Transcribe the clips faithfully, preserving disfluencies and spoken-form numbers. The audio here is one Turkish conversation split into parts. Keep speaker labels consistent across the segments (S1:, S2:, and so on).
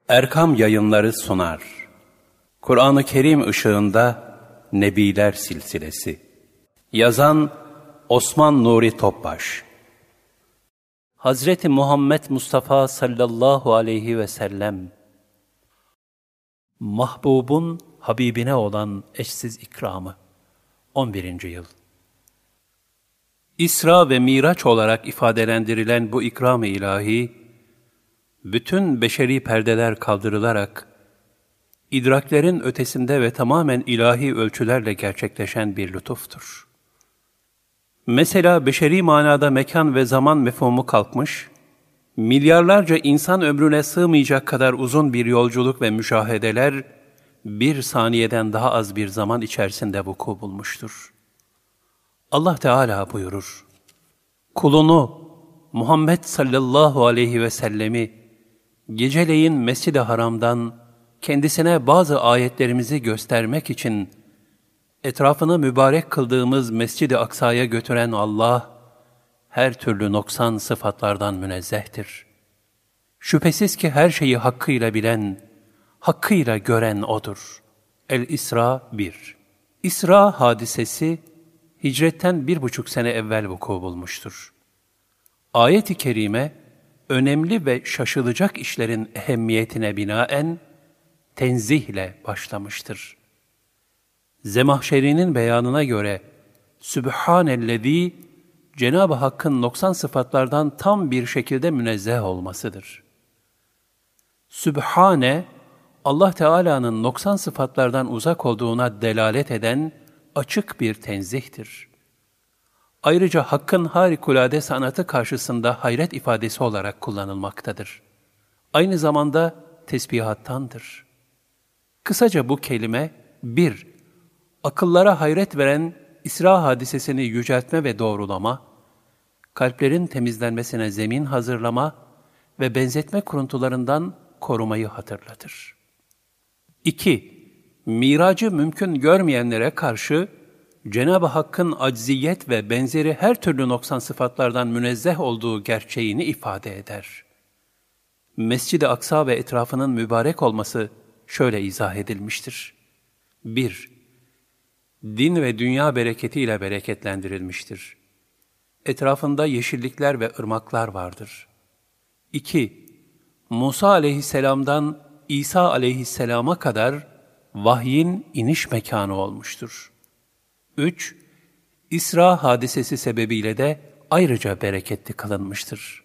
S1: Erkam Yayınları sunar. Kur'an-ı Kerim ışığında Nebiler Silsilesi. Yazan Osman Nuri Topbaş. Hazreti Muhammed Mustafa sallallahu aleyhi ve sellem, Mahbub'un Habibine olan eşsiz ikramı. on birinci yıl. İsra ve Miraç olarak ifadelendirilen bu ikram-ı ilahi, bütün beşeri perdeler kaldırılarak, idraklerin ötesinde ve tamamen ilahi ölçülerle gerçekleşen bir lütuftur. Mesela beşeri manada mekan ve zaman mefhumu kalkmış, milyarlarca insan ömrüne sığmayacak kadar uzun bir yolculuk ve müşahedeler, bir saniyeden daha az bir zaman içerisinde vuku bulmuştur. Allah Teala buyurur, kulunu Muhammed sallallahu aleyhi ve sellemi geceleyin Mescid-i Haram'dan kendisine bazı ayetlerimizi göstermek için etrafını mübarek kıldığımız Mescid-i Aksa'ya götüren Allah, her türlü noksan sıfatlardan münezzehtir. Şüphesiz ki her şeyi hakkıyla bilen, hakkıyla gören O'dur. El-İsra bir. İsra hadisesi, hicretten bir buçuk sene evvel vuku bulmuştur. Ayet-i kerime, önemli ve şaşılacak işlerin ehemmiyetine binaen tenzihle başlamıştır. Zemahşeri'nin beyanına göre, Sübhanellezî, Cenab-ı Hakk'ın noksan sıfatlardan tam bir şekilde münezzeh olmasıdır. Sübhane, Allah Teala'nın noksan sıfatlardan uzak olduğuna delalet eden açık bir tenzihtir. Ayrıca Hakk'ın harikulade sanatı karşısında hayret ifadesi olarak kullanılmaktadır. Aynı zamanda tesbihattandır. Kısaca bu kelime, bir, akıllara hayret veren İsra hadisesini yüceltme ve doğrulama, kalplerin temizlenmesine zemin hazırlama ve benzetme kuruntularından korumayı hatırlatır. İki, miracı mümkün görmeyenlere karşı, Cenab-ı Hakk'ın acziyet ve benzeri her türlü noksan sıfatlardan münezzeh olduğu gerçeğini ifade eder. Mescid-i Aksa ve etrafının mübarek olması şöyle izah edilmiştir. bir. Din ve dünya bereketiyle bereketlendirilmiştir. Etrafında yeşillikler ve ırmaklar vardır. iki. Musa aleyhisselamdan İsa aleyhisselama kadar vahyin iniş mekanı olmuştur. üç. İsra hadisesi sebebiyle de ayrıca bereketli kılınmıştır.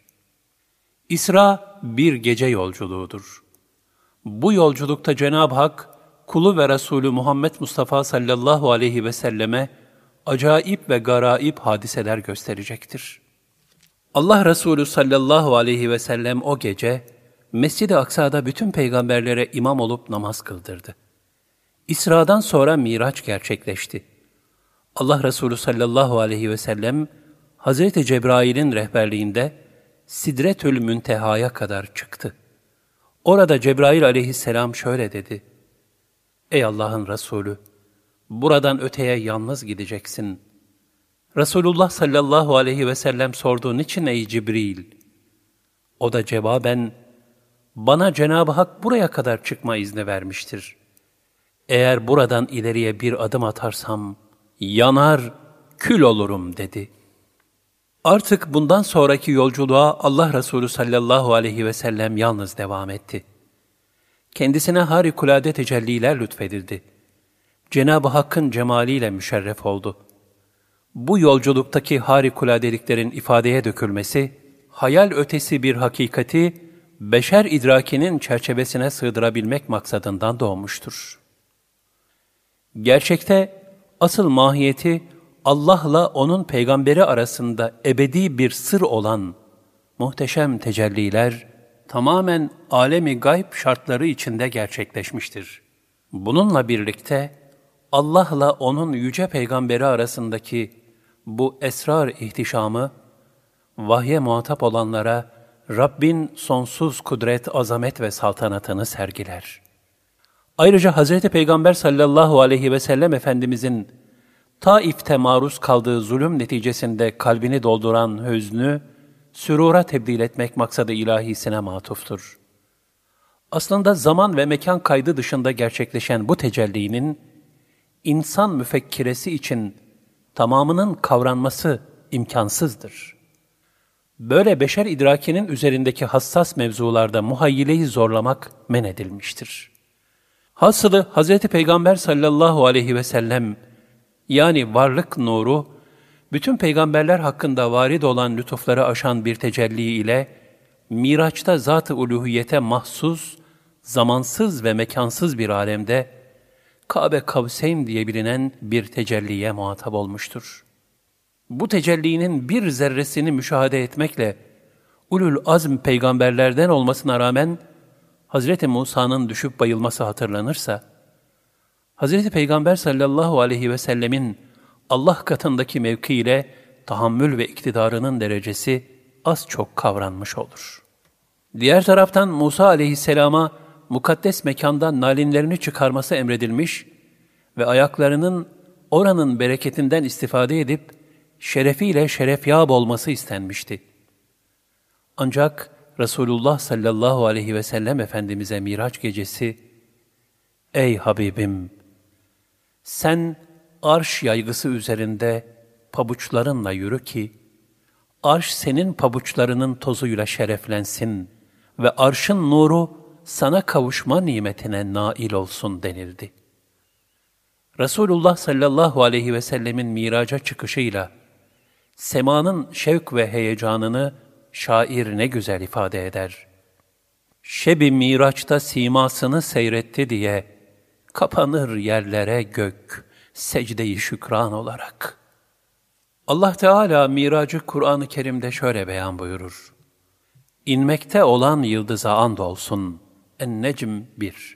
S1: İsra bir gece yolculuğudur. Bu yolculukta Cenab-ı Hak, kulu ve Resulü Muhammed Mustafa sallallahu aleyhi ve selleme acayip ve garaip hadiseler gösterecektir. Allah Resulü sallallahu aleyhi ve sellem o gece, Mescid-i Aksa'da bütün peygamberlere imam olup namaz kıldırdı. İsra'dan sonra Miraç gerçekleşti. Allah Resulü sallallahu aleyhi ve sellem, Hazreti Cebrail'in rehberliğinde Sidretül Münteha'ya kadar çıktı. Orada Cebrail aleyhisselam şöyle dedi: Ey Allah'ın Resulü, buradan öteye yalnız gideceksin. Resulullah sallallahu aleyhi ve sellem sordu, niçin ey Cibril? O da cevaben, bana Cenab-ı Hak buraya kadar çıkma izni vermiştir. Eğer buradan ileriye bir adım atarsam, yanar, kül olurum dedi. Artık bundan sonraki yolculuğa Allah Resulü sallallahu aleyhi ve sellem yalnız devam etti. Kendisine harikulade tecelliler lütfedildi. Cenab-ı Hakk'ın cemaliyle müşerref oldu. Bu yolculuktaki harikuladeliklerin ifadeye dökülmesi, hayal ötesi bir hakikati, beşer idrakinin çerçevesine sığdırabilmek maksadından doğmuştur. Gerçekte, asıl mahiyeti, Allah'la O'nun peygamberi arasında ebedi bir sır olan muhteşem tecelliler, tamamen alemi gayb şartları içinde gerçekleşmiştir. Bununla birlikte, Allah'la O'nun yüce peygamberi arasındaki bu esrar ihtişamı, vahye muhatap olanlara Rabbin sonsuz kudret, azamet ve saltanatını sergiler. Ayrıca Hazreti Peygamber sallallahu aleyhi ve sellem Efendimizin Taif'te maruz kaldığı zulüm neticesinde kalbini dolduran hüznü, sürura tebdil etmek maksadı ilahisine matuftur. Aslında zaman ve mekan kaydı dışında gerçekleşen bu tecellinin, insan müfekkiresi için tamamının kavranması imkansızdır. Böyle beşer idrakinin üzerindeki hassas mevzularda muhayyileyi zorlamak men edilmiştir. Hasılı Hazreti Peygamber sallallahu aleyhi ve sellem, yani varlık nuru, bütün peygamberler hakkında varid olan lütufları aşan bir tecelli ile, Miraç'ta zat-ı uluhiyete mahsus, zamansız ve mekansız bir alemde, Kabe Kavseyn diye bilinen bir tecelliye muhatap olmuştur. Bu tecellinin bir zerresini müşahede etmekle, ulul azm peygamberlerden olmasına rağmen, Hazreti Musa'nın düşüp bayılması hatırlanırsa, Hazreti Peygamber sallallahu aleyhi ve sellemin Allah katındaki mevkiiyle tahammül ve iktidarının derecesi az çok kavranmış olur. Diğer taraftan Musa aleyhisselama mukaddes mekandan nalinlerini çıkarması emredilmiş ve ayaklarının oranın bereketinden istifade edip şerefiyle şerefyab olması istenmişti. Ancak Resulullah sallallahu aleyhi ve sellem Efendimiz'e Miraç gecesi, "Ey Habibim, sen arş yaygısı üzerinde pabuçlarınla yürü ki, arş senin pabuçlarının tozuyla şereflensin ve arşın nuru sana kavuşma nimetine nail olsun" denildi. Resulullah sallallahu aleyhi ve sellemin miraca çıkışıyla, semanın şevk ve heyecanını şair ne güzel ifade eder. "Şebi miraçta simasını seyretti diye, kapanır yerlere gök, secde-i şükran olarak." Allah Teala miracı Kur'an-ı Kerim'de şöyle beyan buyurur. "İnmekte olan yıldıza andolsun." En-Necm bir.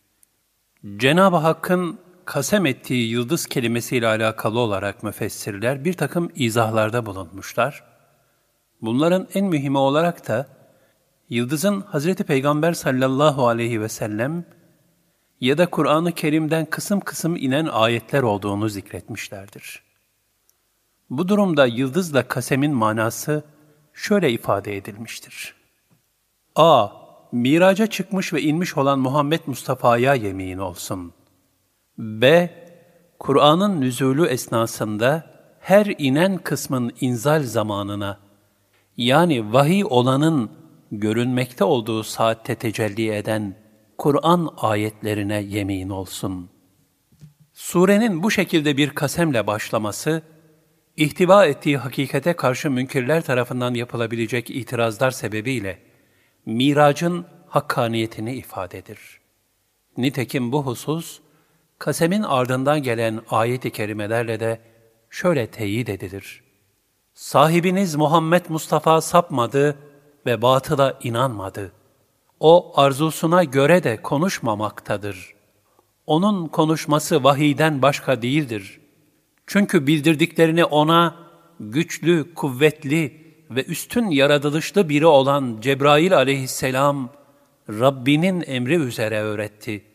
S1: Cenab-ı Hakk'ın kasem ettiği yıldız kelimesiyle alakalı olarak müfessirler bir takım izahlarda bulunmuşlar. Bunların en mühimi olarak da yıldızın Hazreti Peygamber sallallahu aleyhi ve sellem ya da Kur'an-ı Kerim'den kısım kısım inen ayetler olduğunu zikretmişlerdir. Bu durumda yıldızla kasemin manası şöyle ifade edilmiştir. A. Miraca çıkmış ve inmiş olan Muhammed Mustafa'ya yemin olsun. B. Kur'an'ın nüzulü esnasında her inen kısmın inzal zamanına, yani vahiy olanın görünmekte olduğu saatte tecelli eden Kur'an ayetlerine yemin olsun. Surenin bu şekilde bir kasemle başlaması, ihtiva ettiği hakikate karşı münkirler tarafından yapılabilecek itirazlar sebebiyle miracın hakkaniyetini ifadedir. Nitekim bu husus, kasemin ardından gelen ayet-i kerimelerle de şöyle teyit edilir. "Sahibiniz Muhammed Mustafa sapmadı ve batıla inanmadı. O arzusuna göre de konuşmamaktadır. Onun konuşması vahiyden başka değildir. Çünkü bildirdiklerini ona güçlü, kuvvetli ve üstün yaratılışlı biri olan Cebrail aleyhisselam, Rabbinin emri üzere öğretti.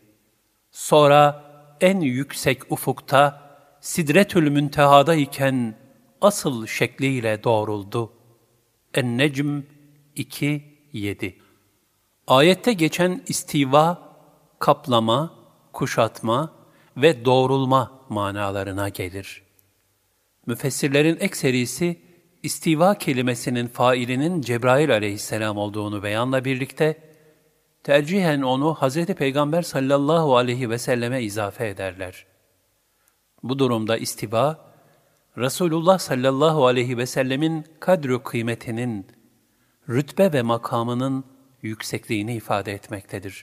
S1: Sonra en yüksek ufukta, Sidretül Münteha'da iken asıl şekliyle doğruldu." En-Necm iki yedi. Ayette geçen istiva, kaplama, kuşatma ve doğrulma manalarına gelir. Müfessirlerin ekserisi, istiva kelimesinin failinin Cebrail aleyhisselam olduğunu beyanla birlikte, tercihen onu Hazreti Peygamber sallallahu aleyhi ve selleme izafe ederler. Bu durumda istiva, Resulullah sallallahu aleyhi ve sellemin kadr-ı kıymetinin, rütbe ve makamının yüksekliğini ifade etmektedir.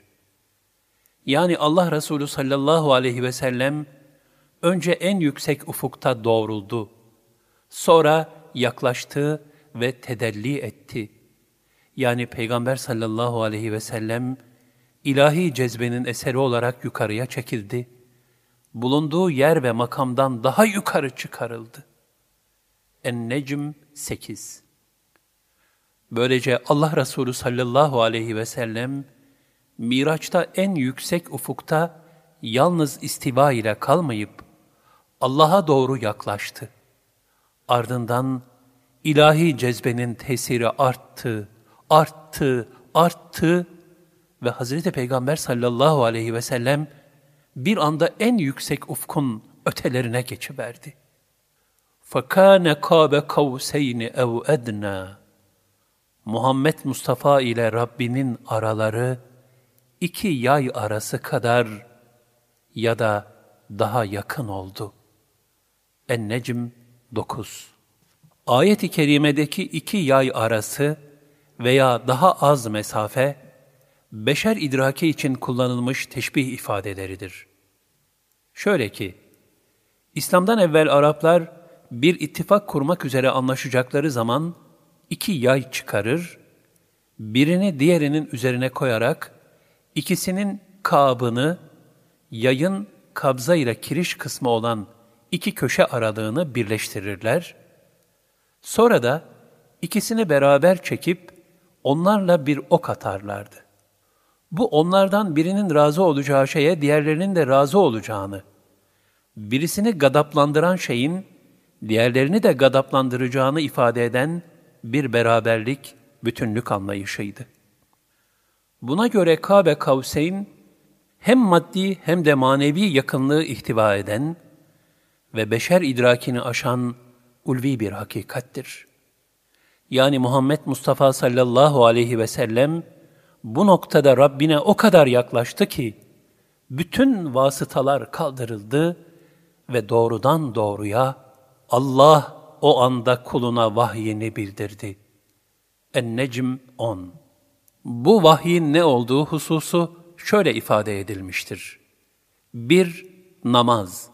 S1: Yani Allah Resulü sallallahu aleyhi ve sellem, önce en yüksek ufukta doğruldu, sonra yaklaştı ve tedelli etti. Yani Peygamber sallallahu aleyhi ve sellem, ilahi cezbenin eseri olarak yukarıya çekildi, bulunduğu yer ve makamdan daha yukarı çıkarıldı. En-Necm sekiz. Böylece Allah Resulü sallallahu aleyhi ve sellem, Miraç'ta en yüksek ufukta yalnız istiva ile kalmayıp, Allah'a doğru yaklaştı. Ardından ilahi cezbenin tesiri arttı, arttı, arttı ve Hazreti Peygamber sallallahu aleyhi ve sellem bir anda en yüksek ufkun ötelerine geçiverdi. فَكَانَ قَابَ قَوْسَيْنِ اَوْ اَدْنَا Muhammed Mustafa ile Rabbinin araları iki yay arası kadar ya da daha yakın oldu. En-Necm dokuz. Ayet-i kerimedeki iki yay arası veya daha az mesafe, beşer idraki için kullanılmış teşbih ifadeleridir. Şöyle ki, İslam'dan evvel Araplar bir ittifak kurmak üzere anlaşacakları zaman iki yay çıkarır, birini diğerinin üzerine koyarak ikisinin kabını, yayın kabza ile kiriş kısmı olan iki köşe aralığını birleştirirler. Sonra da ikisini beraber çekip onlarla bir ok atarlardı. Bu onlardan birinin razı olacağı şeye diğerlerinin de razı olacağını, birisini gadaplandıran şeyin diğerlerini de gadaplandıracağını ifade eden bir beraberlik, bütünlük anlayışıydı. Buna göre Kabe Kavseyn, hem maddi hem de manevi yakınlığı ihtiva eden ve beşer idrakini aşan ulvi bir hakikattir. Yani Muhammed Mustafa sallallahu aleyhi ve sellem bu noktada Rabbine o kadar yaklaştı ki, bütün vasıtalar kaldırıldı ve doğrudan doğruya Allah o anda kuluna vahyini bildirdi. En-Necm on. Bu vahyin ne olduğu hususu şöyle ifade edilmiştir. bir. Namaz.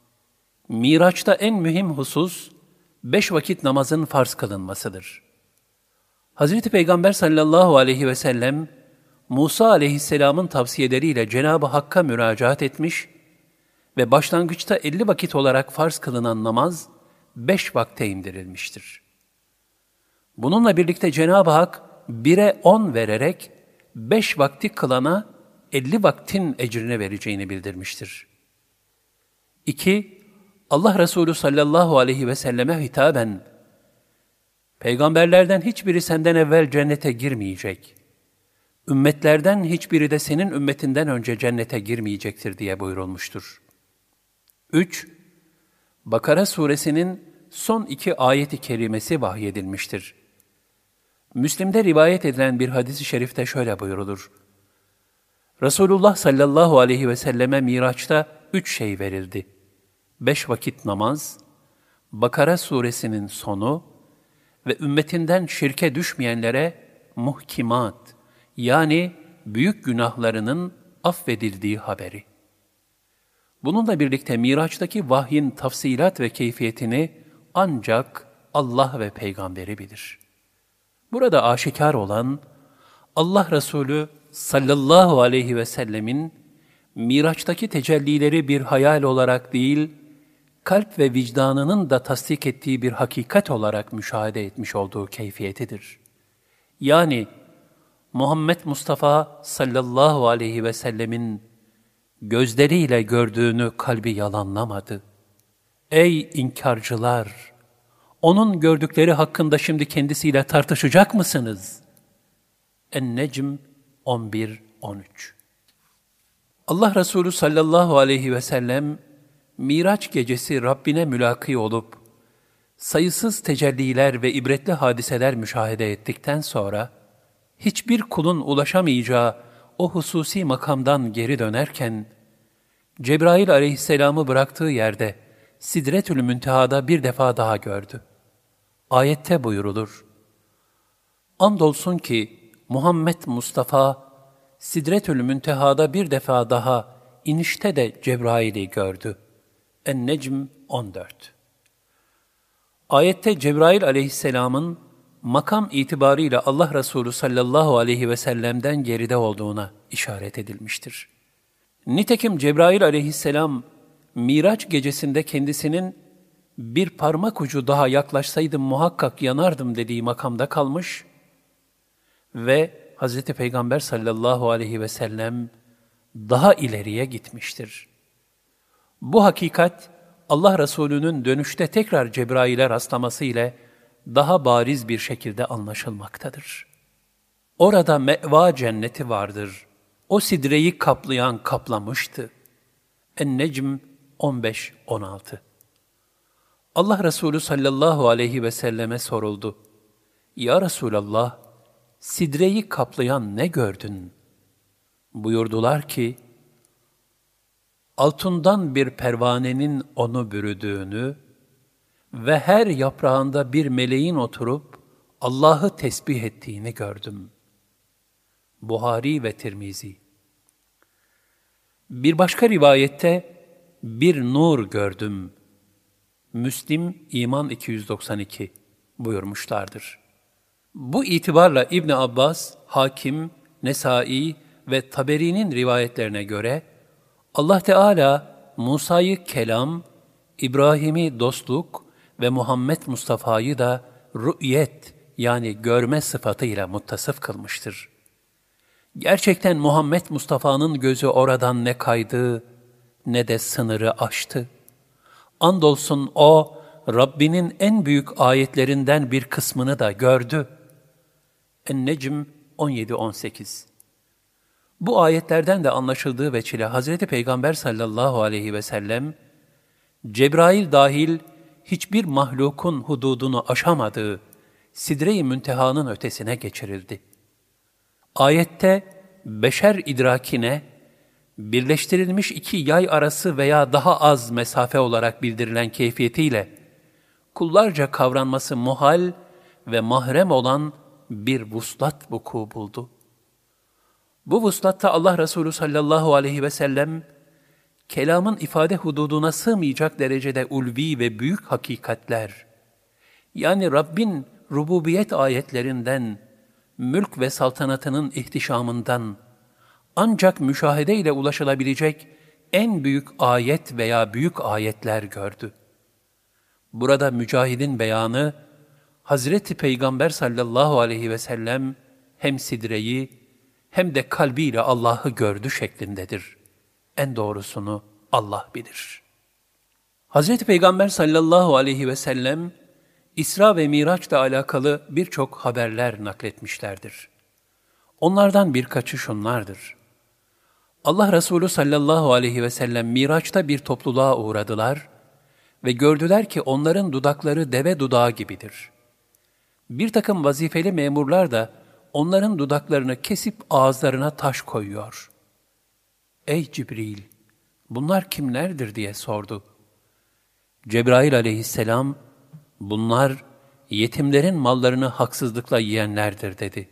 S1: Miraç'ta en mühim husus, beş vakit namazın farz kılınmasıdır. Hazreti Peygamber sallallahu aleyhi ve sellem, Musa aleyhisselamın tavsiyeleriyle Cenab-ı Hakk'a müracaat etmiş ve başlangıçta elli vakit olarak farz kılınan namaz, beş vakte indirilmiştir. Bununla birlikte Cenab-ı Hak, bire on vererek, beş vakti kılana elli vaktin ecrini vereceğini bildirmiştir. İki, Allah Resulü sallallahu aleyhi ve selleme hitaben, Peygamberlerden hiçbiri senden evvel cennete girmeyecek, ümmetlerden hiçbiri de senin ümmetinden önce cennete girmeyecektir diye buyurulmuştur. Üç, Bakara suresinin son iki ayet-i kerimesi vahyedilmiştir. Müslim'de rivayet edilen bir hadis-i şerifte şöyle buyurulur. Resulullah sallallahu aleyhi ve selleme Miraç'ta üç şey verildi. Beş vakit namaz, Bakara suresinin sonu ve ümmetinden şirke düşmeyenlere muhkimat, yani büyük günahlarının affedildiği haberi. Bununla birlikte Miraç'taki vahyin tafsilat ve keyfiyetini ancak Allah ve Peygamberi bilir. Burada aşikar olan, Allah Resulü sallallahu aleyhi ve sellemin Miraç'taki tecellileri bir hayal olarak değil, kalp ve vicdanının da tasdik ettiği bir hakikat olarak müşahede etmiş olduğu keyfiyetidir. Yani Muhammed Mustafa sallallahu aleyhi ve sellemin gözleriyle gördüğünü kalbi yalanlamadı. Ey inkarcılar! Onun gördükleri hakkında şimdi kendisiyle tartışacak mısınız? En-Necm on bir on üç. Allah Resulü sallallahu aleyhi ve sellem, Miraç gecesi Rabbine mülaki olup, sayısız tecelliler ve ibretli hadiseler müşahede ettikten sonra, hiçbir kulun ulaşamayacağı o hususi makamdan geri dönerken, Cebrail aleyhisselamı bıraktığı yerde, Sidretül Münteha'da bir defa daha gördü. Ayette buyurulur, andolsun ki Muhammed Mustafa, Sidretül Münteha'da bir defa daha inişte de Cebrail'i gördü. En-Necm on dört. Ayette Cebrail aleyhisselamın makam itibarıyla Allah Resulü sallallahu aleyhi ve sellem'den geride olduğuna işaret edilmiştir. Nitekim Cebrail aleyhisselam, Miraç gecesinde kendisinin bir parmak ucu daha yaklaşsaydım muhakkak yanardım dediği makamda kalmış ve Hazreti Peygamber sallallahu aleyhi ve sellem daha ileriye gitmiştir. Bu hakikat, Allah Resulü'nün dönüşte tekrar Cebrail'e rastlaması ile daha bariz bir şekilde anlaşılmaktadır. Orada meva cenneti vardır, o sidreyi kaplayan kaplamıştı. En-Necm on beş on altı. Allah Resulü sallallahu aleyhi ve selleme soruldu. Ya Resulallah, sidreyi kaplayan ne gördün? Buyurdular ki, altından bir pervanenin onu bürüdüğünü ve her yaprağında bir meleğin oturup Allah'ı tesbih ettiğini gördüm. Buhari ve Tirmizi. Bir başka rivayette bir nur gördüm. Müslim İman iki yüz doksan iki buyurmuşlardır. Bu itibarla İbn Abbas, Hakim, Nesai ve Taberi'nin rivayetlerine göre Allah Teala Musa'yı kelam, İbrahim'i dostluk ve Muhammed Mustafa'yı da rü'yet yani görme sıfatıyla muttasıf kılmıştır. Gerçekten Muhammed Mustafa'nın gözü oradan ne kaydı ne de sınırı aştı. Andolsun o, Rabbinin en büyük ayetlerinden bir kısmını da gördü. En-Necm on yedi on sekiz. Bu ayetlerden de anlaşıldığı veçile Hazreti Peygamber sallallahu aleyhi ve sellem, Cebrail dahil hiçbir mahlukun hududunu aşamadığı Sidre-i Münteha'nın ötesine geçirildi. Ayette beşer idrakine, birleştirilmiş iki yay arası veya daha az mesafe olarak bildirilen keyfiyetiyle, kullarca kavranması muhal ve mahrem olan bir vuslat vuku buldu. Bu vuslatta Allah Resulü sallallahu aleyhi ve sellem, kelamın ifade hududuna sığmayacak derecede ulvi ve büyük hakikatler, yani Rabbin rububiyet ayetlerinden, mülk ve saltanatının ihtişamından, ancak müşahede ile ulaşılabilecek en büyük ayet veya büyük ayetler gördü. Burada Mücahid'in beyanı, Hazreti Peygamber sallallahu aleyhi ve sellem hem sidreyi hem de kalbiyle Allah'ı gördü şeklindedir. En doğrusunu Allah bilir. Hazreti Peygamber sallallahu aleyhi ve sellem, İsra ve Miraç'la alakalı birçok haberler nakletmişlerdir. Onlardan birkaçı şunlardır. Allah Resulü sallallahu aleyhi ve sellem Miraç'ta bir topluluğa uğradılar ve gördüler ki onların dudakları deve dudağı gibidir. Bir takım vazifeli memurlar da onların dudaklarını kesip ağızlarına taş koyuyor. Ey Cibril, bunlar kimlerdir diye sordu. Cebrail aleyhisselam, bunlar yetimlerin mallarını haksızlıkla yiyenlerdir dedi.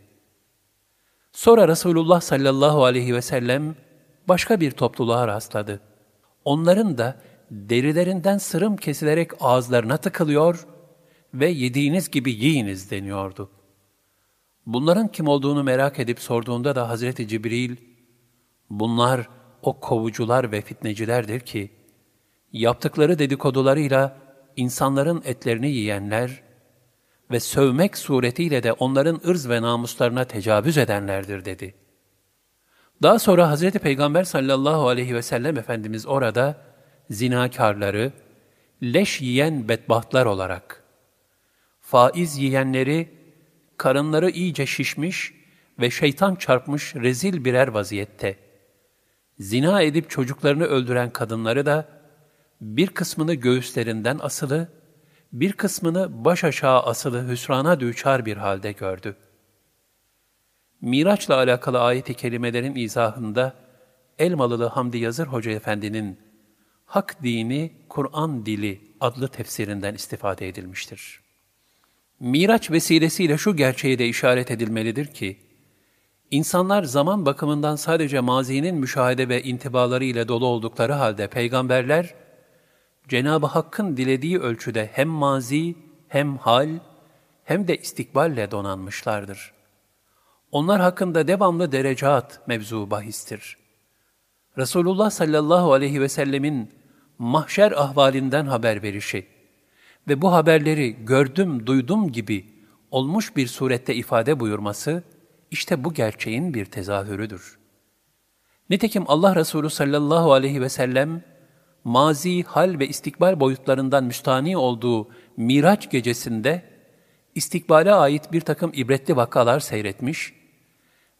S1: Sonra Resulullah sallallahu aleyhi ve sellem başka bir topluluğa rastladı. Onların da derilerinden sırım kesilerek ağızlarına tıkılıyor ve yediğiniz gibi yiyiniz deniyordu. Bunların kim olduğunu merak edip sorduğunda da Hazreti Cibril, bunlar o kovucular ve fitnecilerdir ki, yaptıkları dedikodularıyla insanların etlerini yiyenler ve sövmek suretiyle de onların ırz ve namuslarına tecavüz edenlerdir dedi. Daha sonra Hazreti Peygamber sallallahu aleyhi ve sellem Efendimiz orada zinakarları, leş yiyen bedbahtlar olarak, faiz yiyenleri, karınları iyice şişmiş ve şeytan çarpmış rezil birer vaziyette, zina edip çocuklarını öldüren kadınları da bir kısmını göğüslerinden asılı, bir kısmını baş aşağı asılı hüsrana düçar bir halde gördü. Miraç'la alakalı ayet-i kerimelerin izahında Elmalılı Hamdi Yazır Hoca Efendi'nin Hak Dini, Kur'an Dili adlı tefsirinden istifade edilmiştir. Miraç vesilesiyle şu gerçeğe de işaret edilmelidir ki, insanlar zaman bakımından sadece mazinin müşahede ve intibaları ile dolu oldukları halde peygamberler, Cenab-ı Hakk'ın dilediği ölçüde hem mazi, hem hal, hem de istikballe donanmışlardır. Onlar hakkında devamlı derecat mevzu bahistir. Resulullah sallallahu aleyhi ve sellemin mahşer ahvalinden haber verişi ve bu haberleri gördüm, duydum gibi olmuş bir surette ifade buyurması, işte bu gerçeğin bir tezahürüdür. Nitekim Allah Resulü sallallahu aleyhi ve sellem, mazi, hal ve istikbal boyutlarından müstani olduğu Miraç gecesinde, istikbale ait bir takım ibretli vakalar seyretmiş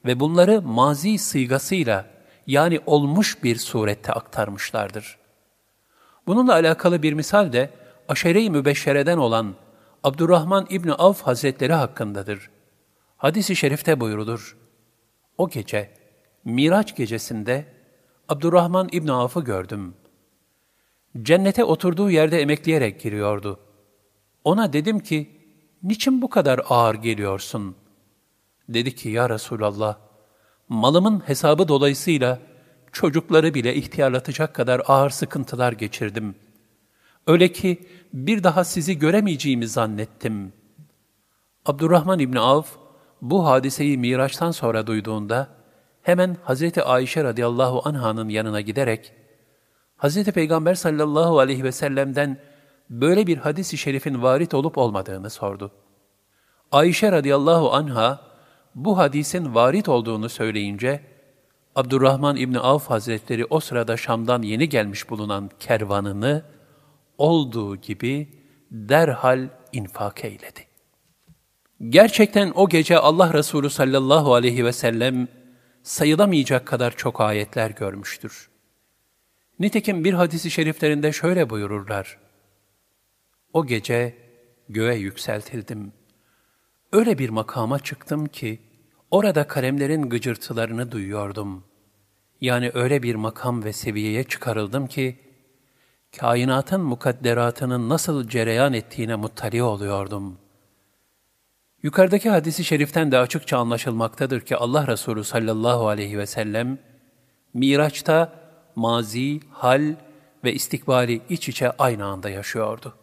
S1: ve bunları mazi sıygasıyla yani olmuş bir surette aktarmışlardır. Bununla alakalı bir misal de Aşere-i Mübeşşere'den olan Abdurrahman İbni Avf Hazretleri hakkındadır. Hadis-i şerifte buyurulur. O gece, Miraç gecesinde Abdurrahman İbni Avf'ı gördüm. Cennete oturduğu yerde emekleyerek giriyordu. Ona dedim ki, niçin bu kadar ağır geliyorsun? Dedi ki, ya Resulallah, malımın hesabı dolayısıyla çocukları bile ihtiyarlatacak kadar ağır sıkıntılar geçirdim. Öyle ki bir daha sizi göremeyeceğimi zannettim. Abdurrahman İbni Avf, bu hadiseyi Miraç'tan sonra duyduğunda, hemen Hazreti Ayşe radıyallahu anh'ın yanına giderek, Hazreti Peygamber sallallahu aleyhi ve sellem'den böyle bir hadis-i şerifin varit olup olmadığını sordu. Ayşe radıyallahu anha, bu hadisin varit olduğunu söyleyince, Abdurrahman İbni Avf Hazretleri o sırada Şam'dan yeni gelmiş bulunan kervanını, olduğu gibi derhal infak eyledi. Gerçekten o gece Allah Resulü sallallahu aleyhi ve sellem sayılamayacak kadar çok ayetler görmüştür. Nitekim bir hadis-i şeriflerinde şöyle buyururlar. O gece göğe yükseltildim. Öyle bir makama çıktım ki, orada kalemlerin gıcırtılarını duyuyordum. Yani öyle bir makam ve seviyeye çıkarıldım ki, kainatın mukadderatının nasıl cereyan ettiğine muttali oluyordum. Yukarıdaki hadis-i şeriften de açıkça anlaşılmaktadır ki Allah Resulü sallallahu aleyhi ve sellem, Miraç'ta mazi, hal ve istikbali iç içe aynı anda yaşıyordu.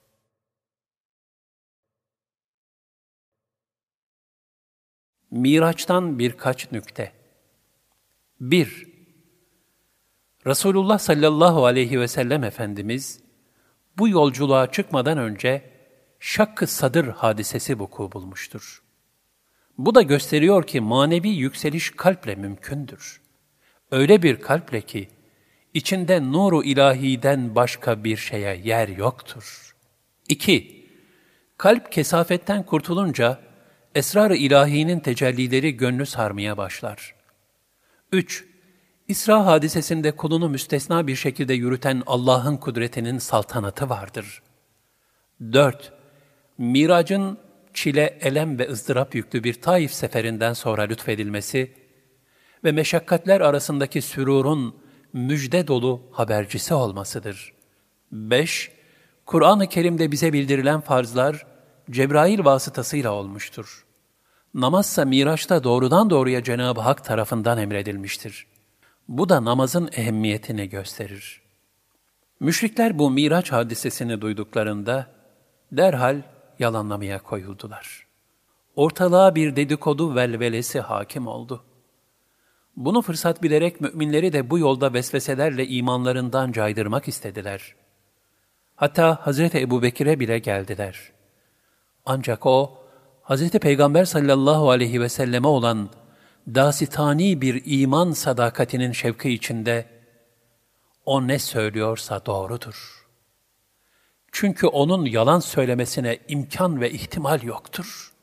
S1: Miraç'tan birkaç nükte. bir. Resulullah sallallahu aleyhi ve sellem Efendimiz, bu yolculuğa çıkmadan önce şakkı sadır hadisesi vuku bulmuştur. Bu da gösteriyor ki manevi yükseliş kalple mümkündür. Öyle bir kalple ki, içinde nuru ilahiden başka bir şeye yer yoktur. iki. Kalp kesafetten kurtulunca, esrar-ı ilahinin tecellileri gönlü sarmaya başlar. üç. İsra hadisesinde kulunu müstesna bir şekilde yürüten Allah'ın kudretinin saltanatı vardır. dört. Miracın çile, elem ve ızdırap yüklü bir Taif seferinden sonra lütfedilmesi ve meşakkatler arasındaki sürurun müjde dolu habercisi olmasıdır. beş. Kur'an-ı Kerim'de bize bildirilen farzlar Cebrail vasıtasıyla olmuştur. Namazsa Miraç'ta doğrudan doğruya Cenab-ı Hak tarafından emredilmiştir. Bu da namazın ehemmiyetini gösterir. Müşrikler bu Miraç hadisesini duyduklarında derhal yalanlamaya koyuldular. Ortalığa bir dedikodu velvelesi hakim oldu. Bunu fırsat bilerek müminleri de bu yolda vesveselerle imanlarından caydırmak istediler. Hatta Hazreti Ebubekir'e bile geldiler. Ancak o, Hazreti Peygamber sallallahu aleyhi ve selleme olan dasitani bir iman sadakatinin şevki içinde, o ne söylüyorsa doğrudur. Çünkü onun yalan söylemesine imkan ve ihtimal yoktur.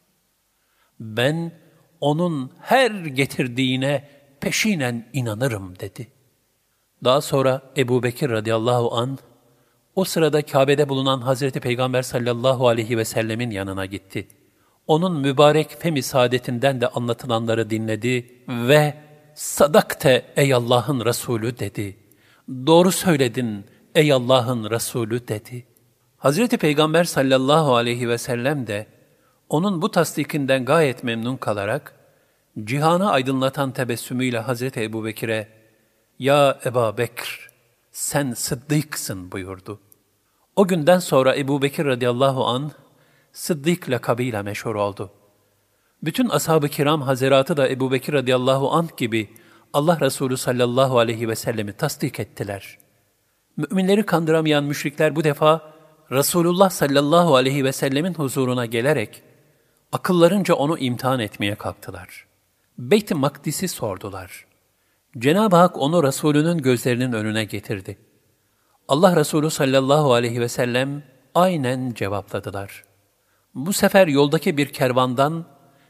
S1: Ben onun her getirdiğine peşinen inanırım dedi. Daha sonra Ebubekir radıyallahu anh, o sırada Kabe'de bulunan Hazreti Peygamber sallallahu aleyhi ve sellemin yanına gitti. Onun mübarek femi saadetinden de anlatılanları dinledi ve "Sadakte ey Allah'ın Resulü" dedi. "Doğru söyledin ey Allah'ın Resulü" dedi. Hazreti Peygamber sallallahu aleyhi ve sellem de onun bu tasdikinden gayet memnun kalarak, cihanı aydınlatan tebessümüyle Hazreti Ebubekir'e "Ya Ebu Bekir, sen sıddıksın" buyurdu. O günden sonra Ebubekir radıyallahu anh, Sıddık lakabıyla meşhur oldu. Bütün ashab-ı kiram hazeratı da Ebubekir radıyallahu anh gibi Allah Resulü sallallahu aleyhi ve sellemi tasdik ettiler. Müminleri kandıramayan müşrikler bu defa Resulullah sallallahu aleyhi ve sellemin huzuruna gelerek akıllarınca onu imtihan etmeye kalktılar. Beyt-i Makdis'i sordular. Cenab-ı Hak onu Resulünün gözlerinin önüne getirdi. Allah Resulü sallallahu aleyhi ve sellem aynen cevapladılar. Bu sefer yoldaki bir kervandan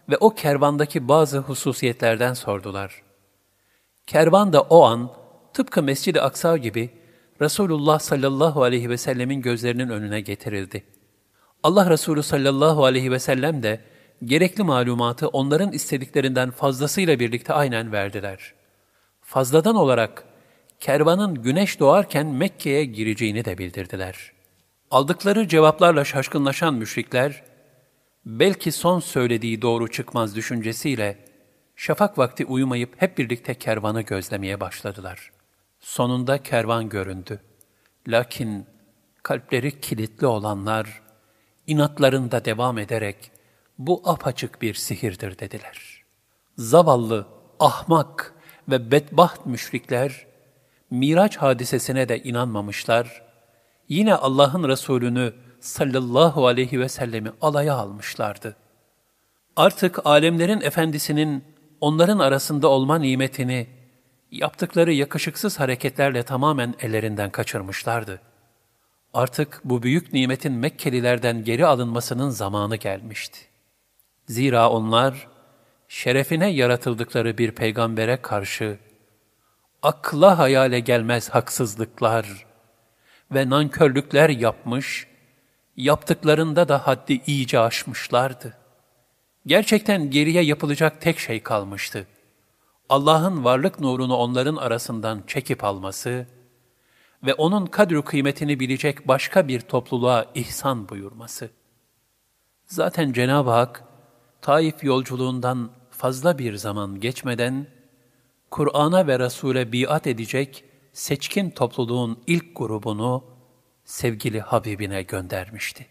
S1: ve o kervandaki bazı hususiyetlerden sordular. Kervan da o an tıpkı Mescid-i Aksa gibi Resulullah sallallahu aleyhi ve sellemin gözlerinin önüne getirildi. Allah Resulü sallallahu aleyhi ve sellem de gerekli malumatı onların istediklerinden fazlasıyla birlikte aynen verdiler. Fazladan olarak kervanın güneş doğarken Mekke'ye gireceğini de bildirdiler. Aldıkları cevaplarla şaşkınlaşan müşrikler, belki son söylediği doğru çıkmaz düşüncesiyle şafak vakti uyumayıp hep birlikte kervanı gözlemeye başladılar. Sonunda kervan göründü. Lakin kalpleri kilitli olanlar, inatlarında devam ederek, bu apaçık bir sihirdir dediler. Zavallı, ahmak ve bedbaht müşrikler, Miraç hadisesine de inanmamışlar, yine Allah'ın Resulünü sallallahu aleyhi ve sellemi alaya almışlardı. Artık alemlerin efendisinin onların arasında olma nimetini, yaptıkları yakışıksız hareketlerle tamamen ellerinden kaçırmışlardı. Artık bu büyük nimetin Mekkelilerden geri alınmasının zamanı gelmişti. Zira onlar, şerefine yaratıldıkları bir peygambere karşı, akla hayale gelmez haksızlıklar ve nankörlükler yapmış, yaptıklarında da haddi iyice aşmışlardı. Gerçekten geriye yapılacak tek şey kalmıştı. Allah'ın varlık nurunu onların arasından çekip alması ve onun kadr-ı kıymetini bilecek başka bir topluluğa ihsan buyurması. Zaten Cenab-ı Hak, Taif yolculuğundan fazla bir zaman geçmeden, Kur'an'a ve Resul'e biat edecek seçkin topluluğun ilk grubunu sevgili Habibine göndermişti.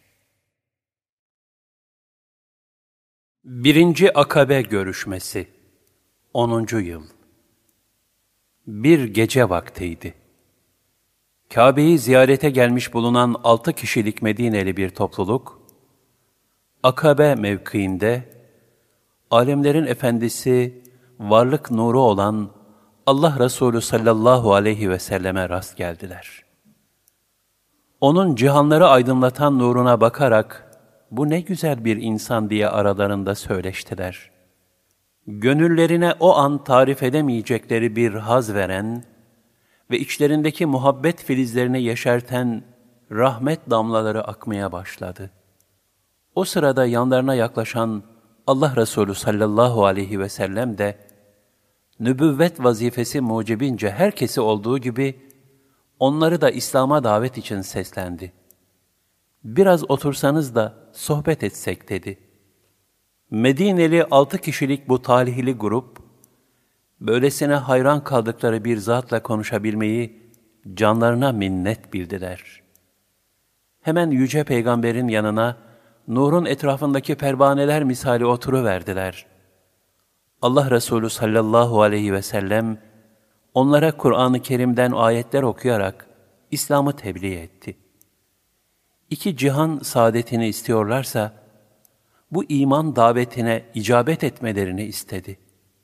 S1: Birinci Akabe Görüşmesi onuncu Yıl Bir gece vaktiydi. Kabe'yi ziyarete gelmiş bulunan altı kişilik Medineli bir topluluk, Akabe mevkiinde, alemlerin efendisi, varlık nuru olan Allah Resulü sallallahu aleyhi ve selleme rast geldiler. Onun cihanları aydınlatan nuruna bakarak, bu ne güzel bir insan diye aralarında söyleştiler. Gönüllerine o an tarif edemeyecekleri bir haz veren ve içlerindeki muhabbet filizlerini yeşerten rahmet damlaları akmaya başladı. O sırada yanlarına yaklaşan Allah Resulü sallallahu aleyhi ve sellem de, nübüvvet vazifesi mucibince herkesi olduğu gibi, onları da İslam'a davet için seslendi. Biraz otursanız da sohbet etsek dedi. Medineli altı kişilik bu talihli grup, böylesine hayran kaldıkları bir zatla konuşabilmeyi canlarına minnet bildiler. Hemen Yüce Peygamber'in yanına, nurun etrafındaki pervaneler misali oturuverdiler. Allah Resulü sallallahu aleyhi ve sellem, onlara Kur'an-ı Kerim'den ayetler okuyarak İslam'ı tebliğ etti. İki cihan saadetini istiyorlarsa, bu iman davetine icabet etmelerini istedi.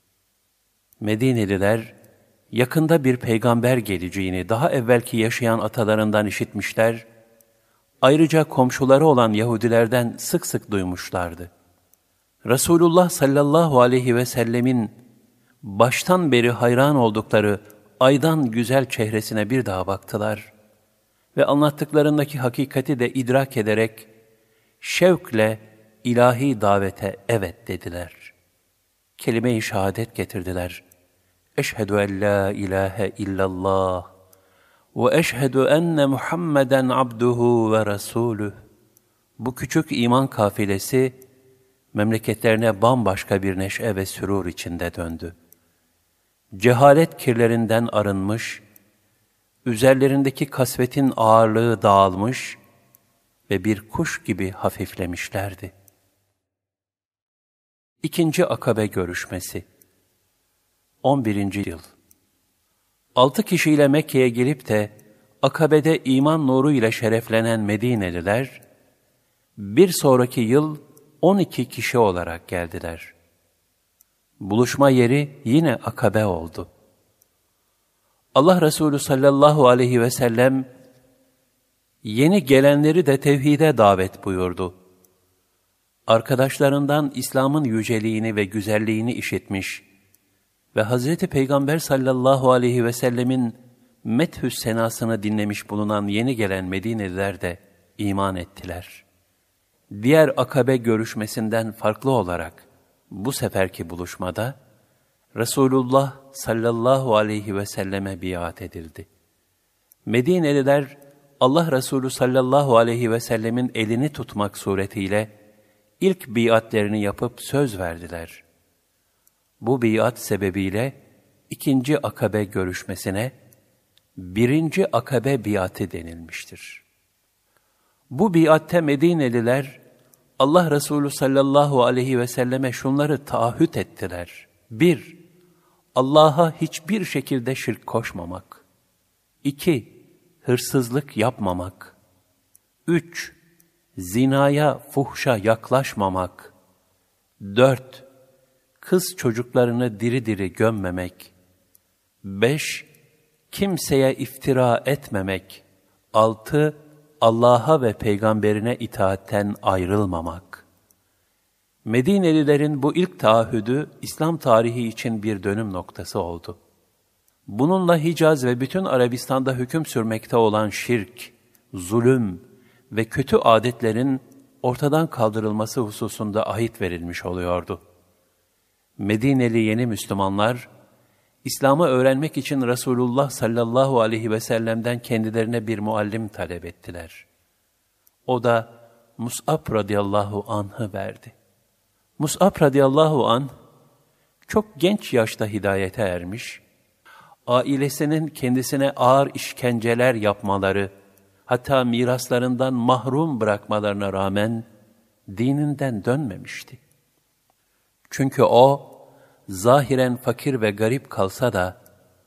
S1: Medineliler, yakında bir peygamber geleceğini daha evvelki yaşayan atalarından işitmişler, ayrıca komşuları olan Yahudilerden sık sık duymuşlardı. Resulullah sallallahu aleyhi ve sellemin baştan beri hayran oldukları aydan güzel çehresine bir daha baktılar ve anlattıklarındaki hakikati de idrak ederek şevkle ilahi davete evet dediler. Kelime-i şehadet getirdiler. Eşhedü en la ilahe illallah ve eşhedü enne Muhammeden abduhu ve rasuluh. Bu küçük iman kafilesi memleketlerine bambaşka bir neşe ve sürur içinde döndü. Cehalet kirlerinden arınmış, üzerlerindeki kasvetin ağırlığı dağılmış ve bir kuş gibi hafiflemişlerdi. İkinci Akabe Görüşmesi on birinci Yıl Altı kişiyle Mekke'ye gelip de Akabe'de iman nuru ile şereflenen Medineliler, bir sonraki yıl on iki kişi olarak geldiler. Buluşma yeri yine Akabe oldu. Allah Resulü sallallahu aleyhi ve sellem, yeni gelenleri de tevhide davet buyurdu. arkadaşlarından İslam'ın yüceliğini ve güzelliğini işitmiş ve Hazreti Peygamber sallallahu aleyhi ve sellemin methü senasını dinlemiş bulunan yeni gelen Medineliler de iman ettiler. Diğer akabe görüşmesinden farklı olarak bu seferki buluşmada Resulullah sallallahu aleyhi ve selleme biat edildi. Medineliler Allah Resulü sallallahu aleyhi ve sellemin elini tutmak suretiyle ilk biatlerini yapıp söz verdiler. Bu biat sebebiyle ikinci akabe görüşmesine birinci akabe biatı denilmiştir. Bu biatte Medineliler Allah Resulü sallallahu aleyhi ve selleme şunları taahhüt ettiler. Bir, Allah'a hiçbir şekilde şirk koşmamak. İki, hırsızlık yapmamak. Üç, zinaya, fuhşa yaklaşmamak. Dört, kız çocuklarını diri diri gömmemek. Beş, kimseye iftira etmemek. Altı, Allah'a ve peygamberine itaatten ayrılmamak. Medinelilerin bu ilk taahhüdü İslam tarihi için bir dönüm noktası oldu. Bununla Hicaz ve bütün Arabistan'da hüküm sürmekte olan şirk, zulüm ve kötü adetlerin ortadan kaldırılması hususunda ahit verilmiş oluyordu. Medineli yeni Müslümanlar, İslam'ı öğrenmek için Resulullah sallallahu aleyhi ve sellem'den kendilerine bir muallim talep ettiler. O da Mus'ab radıyallahu anh'ı verdi. Mus'ab radıyallahu anh, çok genç yaşta hidayete ermiş, ailesinin kendisine ağır işkenceler yapmaları, hatta miraslarından mahrum bırakmalarına rağmen dininden dönmemişti. Çünkü o, zahiren fakir ve garip kalsa da,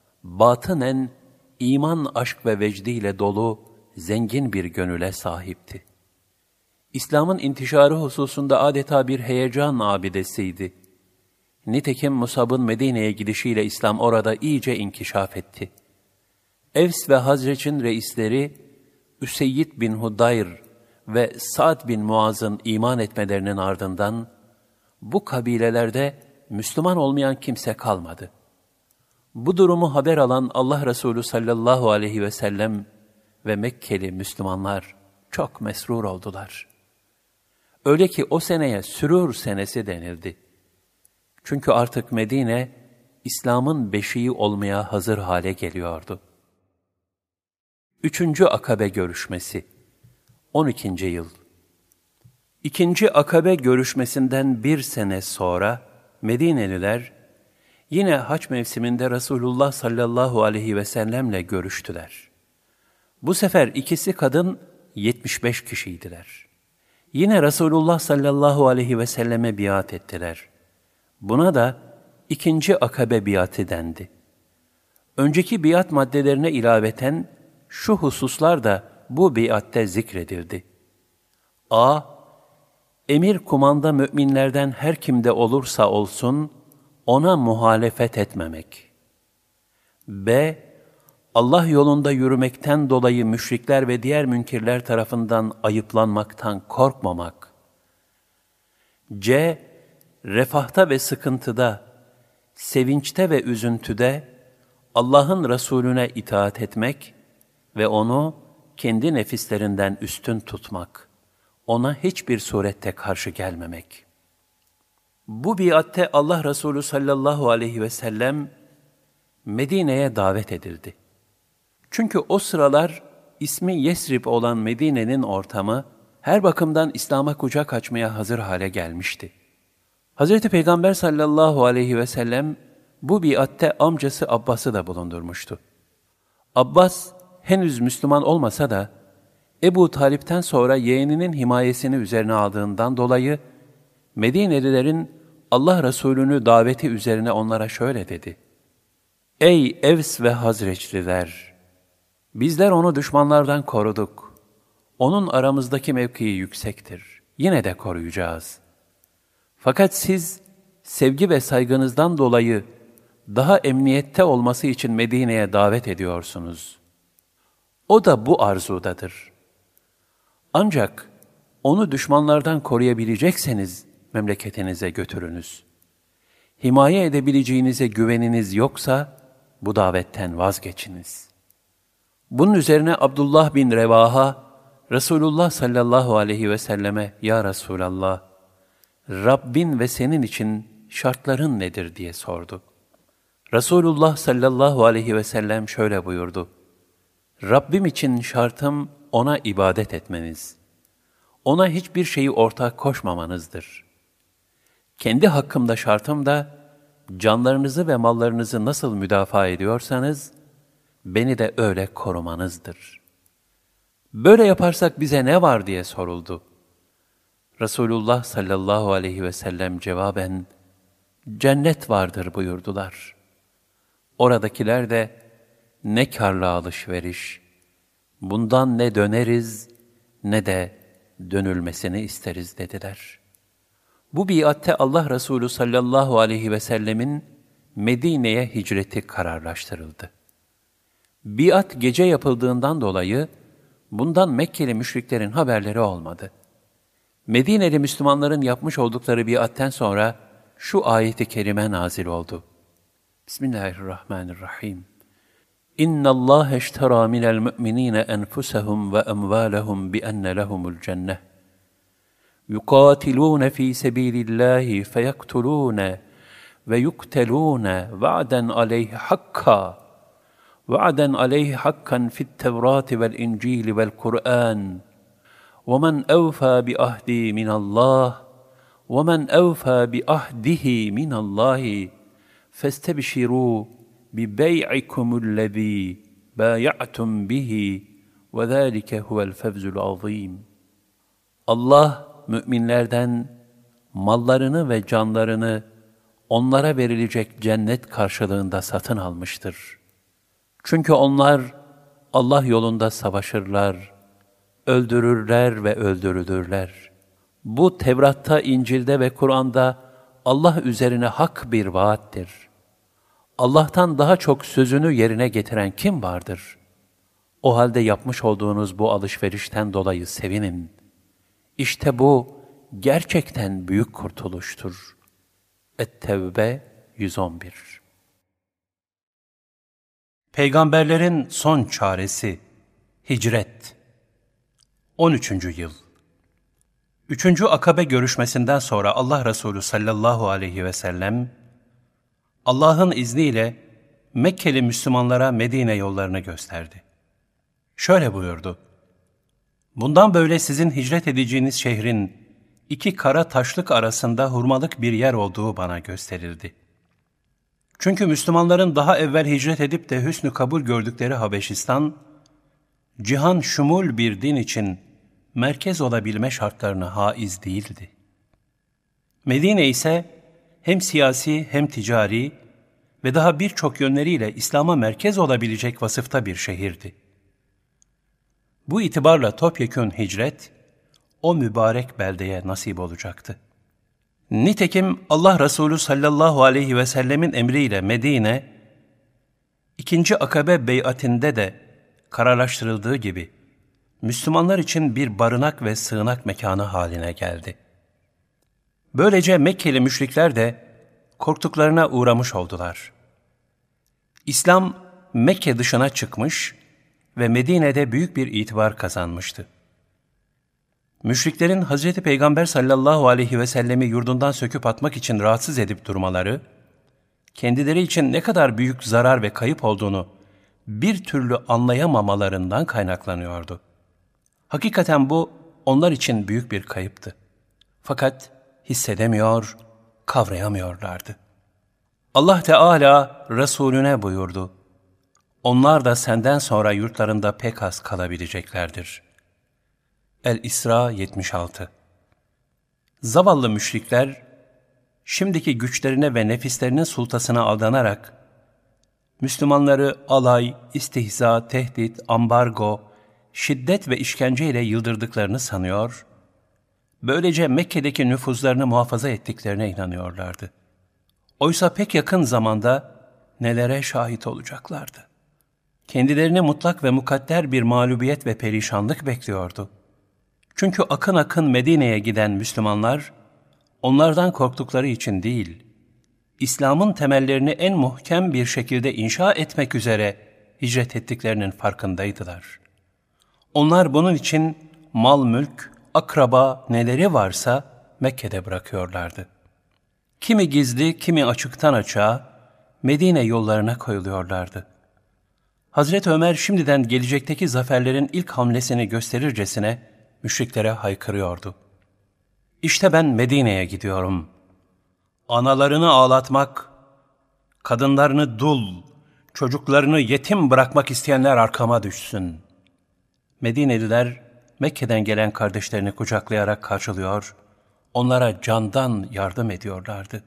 S1: batınen iman, aşk ve vecdiyle dolu, zengin bir gönüle sahipti. İslam'ın intişarı hususunda adeta bir heyecan abidesiydi. Nitekim Musab'ın Medine'ye gidişiyle İslam orada iyice inkişaf etti. Evs ve Hazreç'in reisleri, Üseyyid bin Hudayr ve Sa'd bin Muaz'ın iman etmelerinin ardından, bu kabilelerde Müslüman olmayan kimse kalmadı. Bu durumu haber alan Allah Resulü sallallahu aleyhi ve sellem ve Mekkeli Müslümanlar çok mesrur oldular. Öyle ki o seneye sürur senesi denildi. Çünkü artık Medine, İslam'ın beşiği olmaya hazır hale geliyordu. Üçüncü Akabe Görüşmesi, on ikinci yıl. İkinci Akabe Görüşmesinden bir sene sonra, Medineliler, yine hac mevsiminde Resulullah sallallahu aleyhi ve sellemle görüştüler. Bu sefer ikisi kadın yetmiş beş kişiydiler. Yine Resulullah sallallahu aleyhi ve selleme biat ettiler. Buna da ikinci akabe biatı dendi. Önceki biat maddelerine ilaveten şu hususlar da bu biatte zikredildi. A. Emir kumanda müminlerden her kimde olursa olsun, ona muhalefet etmemek. B. Allah yolunda yürümekten dolayı müşrikler ve diğer münkirler tarafından ayıplanmaktan korkmamak. C. Refahta ve sıkıntıda, sevinçte ve üzüntüde Allah'ın Resulüne itaat etmek ve onu kendi nefislerinden üstün tutmak, ona hiçbir surette karşı gelmemek. Bu biatte Allah Resulü sallallahu aleyhi ve sellem Medine'ye davet edildi. Çünkü o sıralar ismi Yesrib olan Medine'nin ortamı her bakımdan İslam'a kucak açmaya hazır hale gelmişti. Hazreti Peygamber sallallahu aleyhi ve sellem bu biatte amcası Abbas'ı da bulundurmuştu. Abbas henüz Müslüman olmasa da Ebu Talip'ten sonra yeğeninin himayesini üzerine aldığından dolayı Medinelilerin Allah Resulü'nü daveti üzerine onlara şöyle dedi: Ey Evs ve Hazreçliler! Bizler onu düşmanlardan koruduk. Onun aramızdaki mevkii yüksektir. Yine de koruyacağız. Fakat siz sevgi ve saygınızdan dolayı daha emniyette olması için Medine'ye davet ediyorsunuz. O da bu arzudadır. Ancak Onu düşmanlardan koruyabilecekseniz memleketinize götürünüz. Himaye edebileceğinize güveniniz yoksa bu davetten vazgeçiniz. Bunun üzerine Abdullah bin Revaha, Resulullah sallallahu aleyhi ve selleme, "Ya Resulallah, Rabbin ve senin için şartların nedir?" diye sordu. Resulullah sallallahu aleyhi ve sellem şöyle buyurdu: "Rabbim için şartım ona ibadet etmeniz, ona hiçbir şeyi ortak koşmamanızdır. Kendi hakkımda şartım da canlarınızı ve mallarınızı nasıl müdafaa ediyorsanız, beni de öyle korumanızdır." Böyle yaparsak bize ne var diye soruldu. Resulullah sallallahu aleyhi ve sellem cevaben, "Cennet vardır" buyurdular. Oradakiler de, "Ne kârlı alışveriş, bundan ne döneriz ne de dönülmesini isteriz" dediler. Bu biatte Allah Resulü sallallahu aleyhi ve sellemin Medine'ye hicreti kararlaştırıldı. Biat gece yapıldığından dolayı bundan Mekkeli müşriklerin haberleri olmadı. Medine'li Müslümanların yapmış oldukları biatten sonra şu ayet-i kerime nazil oldu. Bismillahirrahmanirrahim. İnna Allah eştera minel müminine enfusahum ve emvalahum bi enne lehumul cenneh. Yuqatilun fi sabilillahi feyaktulun ve yuktelun va'den aleyhi hakka. Va'den aleyhi hakkan fit Tevrati vel İncil vel Kur'an. وَمَنْ أَوْفَى بِأَهْدِي مِنَ اللّٰهِ وَمَنْ أَوْفَى بِأَهْدِهِ مِنَ اللّٰهِ فَاسْتَبْشِرُوا بِبَيْعِكُمُ الَّذ۪ي بَايَعْتُمْ بِهِ وَذَٰلِكَ هُوَ الْفَوْزُ الْعَظ۪يمُ. Allah müminlerden mallarını ve canlarını onlara verilecek cennet karşılığında satın almıştır. Çünkü onlar Allah yolunda savaşırlar, öldürürler ve öldürülürler. Bu Tevrat'ta, İncil'de ve Kur'an'da Allah üzerine hak bir vaattir. Allah'tan daha çok sözünü yerine getiren kim vardır? O halde yapmış olduğunuz bu alışverişten dolayı sevinin. İşte bu gerçekten büyük kurtuluştur. Et-Tevbe yüz on bir.
S2: Peygamberlerin son çaresi, hicret. on üçüncü yıl. Üçüncü Akabe görüşmesinden sonra Allah Resulü sallallahu aleyhi ve sellem, Allah'ın izniyle Mekkeli Müslümanlara Medine yollarını gösterdi. Şöyle buyurdu: "Bundan böyle sizin hicret edeceğiniz şehrin iki kara taşlık arasında hurmalık bir yer olduğu bana gösterildi. Çünkü Müslümanların daha evvel hicret edip de hüsnü kabul gördükleri Habeşistan, cihan şumul bir din için merkez olabilme şartlarına haiz değildi. Medine ise hem siyasi hem ticari ve daha birçok yönleriyle İslam'a merkez olabilecek vasıfta bir şehirdi. Bu itibarla topyekün hicret, o mübarek beldeye nasip olacaktı. Nitekim Allah Resulü sallallahu aleyhi ve sellemin emriyle Medine, ikinci Akabe beyatinde de kararlaştırıldığı gibi, Müslümanlar için bir barınak ve sığınak mekanı haline geldi. Böylece Mekkeli müşrikler de korktuklarına uğramış oldular. İslam Mekke dışına çıkmış ve Medine'de büyük bir itibar kazanmıştı. Müşriklerin Hazreti Peygamber sallallahu aleyhi ve sellemi yurdundan söküp atmak için rahatsız edip durmaları, kendileri için ne kadar büyük zarar ve kayıp olduğunu bir türlü anlayamamalarından kaynaklanıyordu. Hakikaten bu onlar için büyük bir kayıptı. Fakat hissedemiyor, kavrayamıyorlardı. Allah Teala Resulüne buyurdu: "Onlar da senden sonra yurtlarında pek az kalabileceklerdir." El-İsra yetmiş altı. Zavallı müşrikler, şimdiki güçlerine ve nefislerinin sultasına aldanarak, Müslümanları alay, istihza, tehdit, ambargo, şiddet ve işkence ile yıldırdıklarını sanıyor, böylece Mekke'deki nüfuzlarını muhafaza ettiklerine inanıyorlardı. Oysa pek yakın zamanda nelere şahit olacaklardı. Kendilerini mutlak ve mukadder bir mağlubiyet ve perişanlık bekliyordu.
S1: Çünkü akın akın Medine'ye giden Müslümanlar, onlardan korktukları için değil, İslam'ın temellerini en muhkem bir şekilde inşa etmek üzere hicret ettiklerinin farkındaydılar. Onlar bunun için mal, mülk, akraba neleri varsa Mekke'de bırakıyorlardı. Kimi gizli, kimi açıktan açığa Medine yollarına koyuluyorlardı. Hazreti Ömer şimdiden gelecekteki zaferlerin ilk hamlesini gösterircesine müşriklere haykırıyordu. İşte ben Medine'ye gidiyorum. Analarını ağlatmak, kadınlarını dul, çocuklarını yetim bırakmak isteyenler arkama düşsün. Medineliler Mekke'den gelen kardeşlerini kucaklayarak karşılıyor, onlara candan yardım ediyorlardı.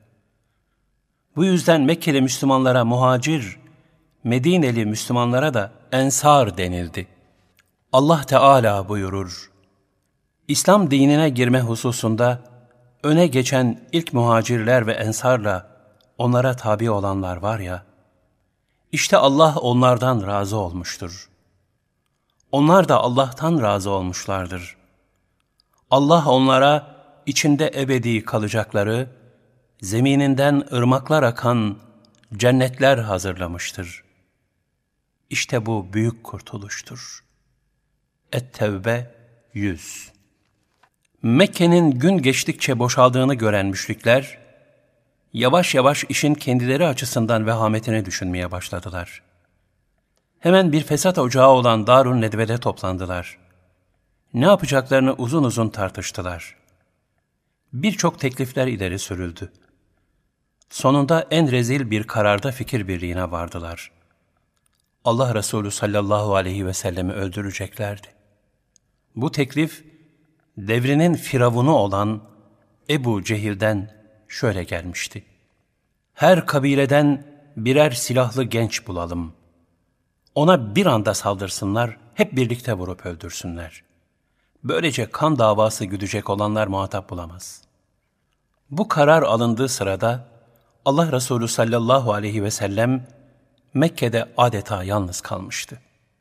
S1: Bu yüzden Mekkeli Müslümanlara muhacir, Medineli Müslümanlara da ensar denildi. Allah Teala buyurur, İslam dinine girme hususunda öne geçen ilk muhacirler ve ensarla onlara tabi olanlar var ya, işte Allah onlardan razı olmuştur. Onlar da Allah'tan razı olmuşlardır. Allah onlara içinde ebedi kalacakları, zemininden ırmaklar akan cennetler hazırlamıştır. İşte bu büyük kurtuluştur. Et-Tevbe yüz. Mekke'nin gün geçtikçe boşaldığını gören müşrikler, yavaş yavaş işin kendileri açısından vehametini düşünmeye başladılar. Hemen bir fesat ocağı olan Darun Nedve'de toplandılar. Ne yapacaklarını uzun uzun tartıştılar. Birçok teklifler ileri sürüldü. Sonunda en rezil bir kararda fikir birliğine vardılar. Allah Resulü sallallahu aleyhi ve sellemi öldüreceklerdi. Bu teklif, devrinin firavunu olan Ebu Cehil'den şöyle gelmişti. Her kabileden birer silahlı genç bulalım. Ona bir anda saldırsınlar, hep birlikte vurup öldürsünler. Böylece kan davası güdecek olanlar muhatap bulamaz. Bu karar alındığı sırada Allah Resulü sallallahu aleyhi ve sellem Mekke'de adeta yalnız kalmıştı.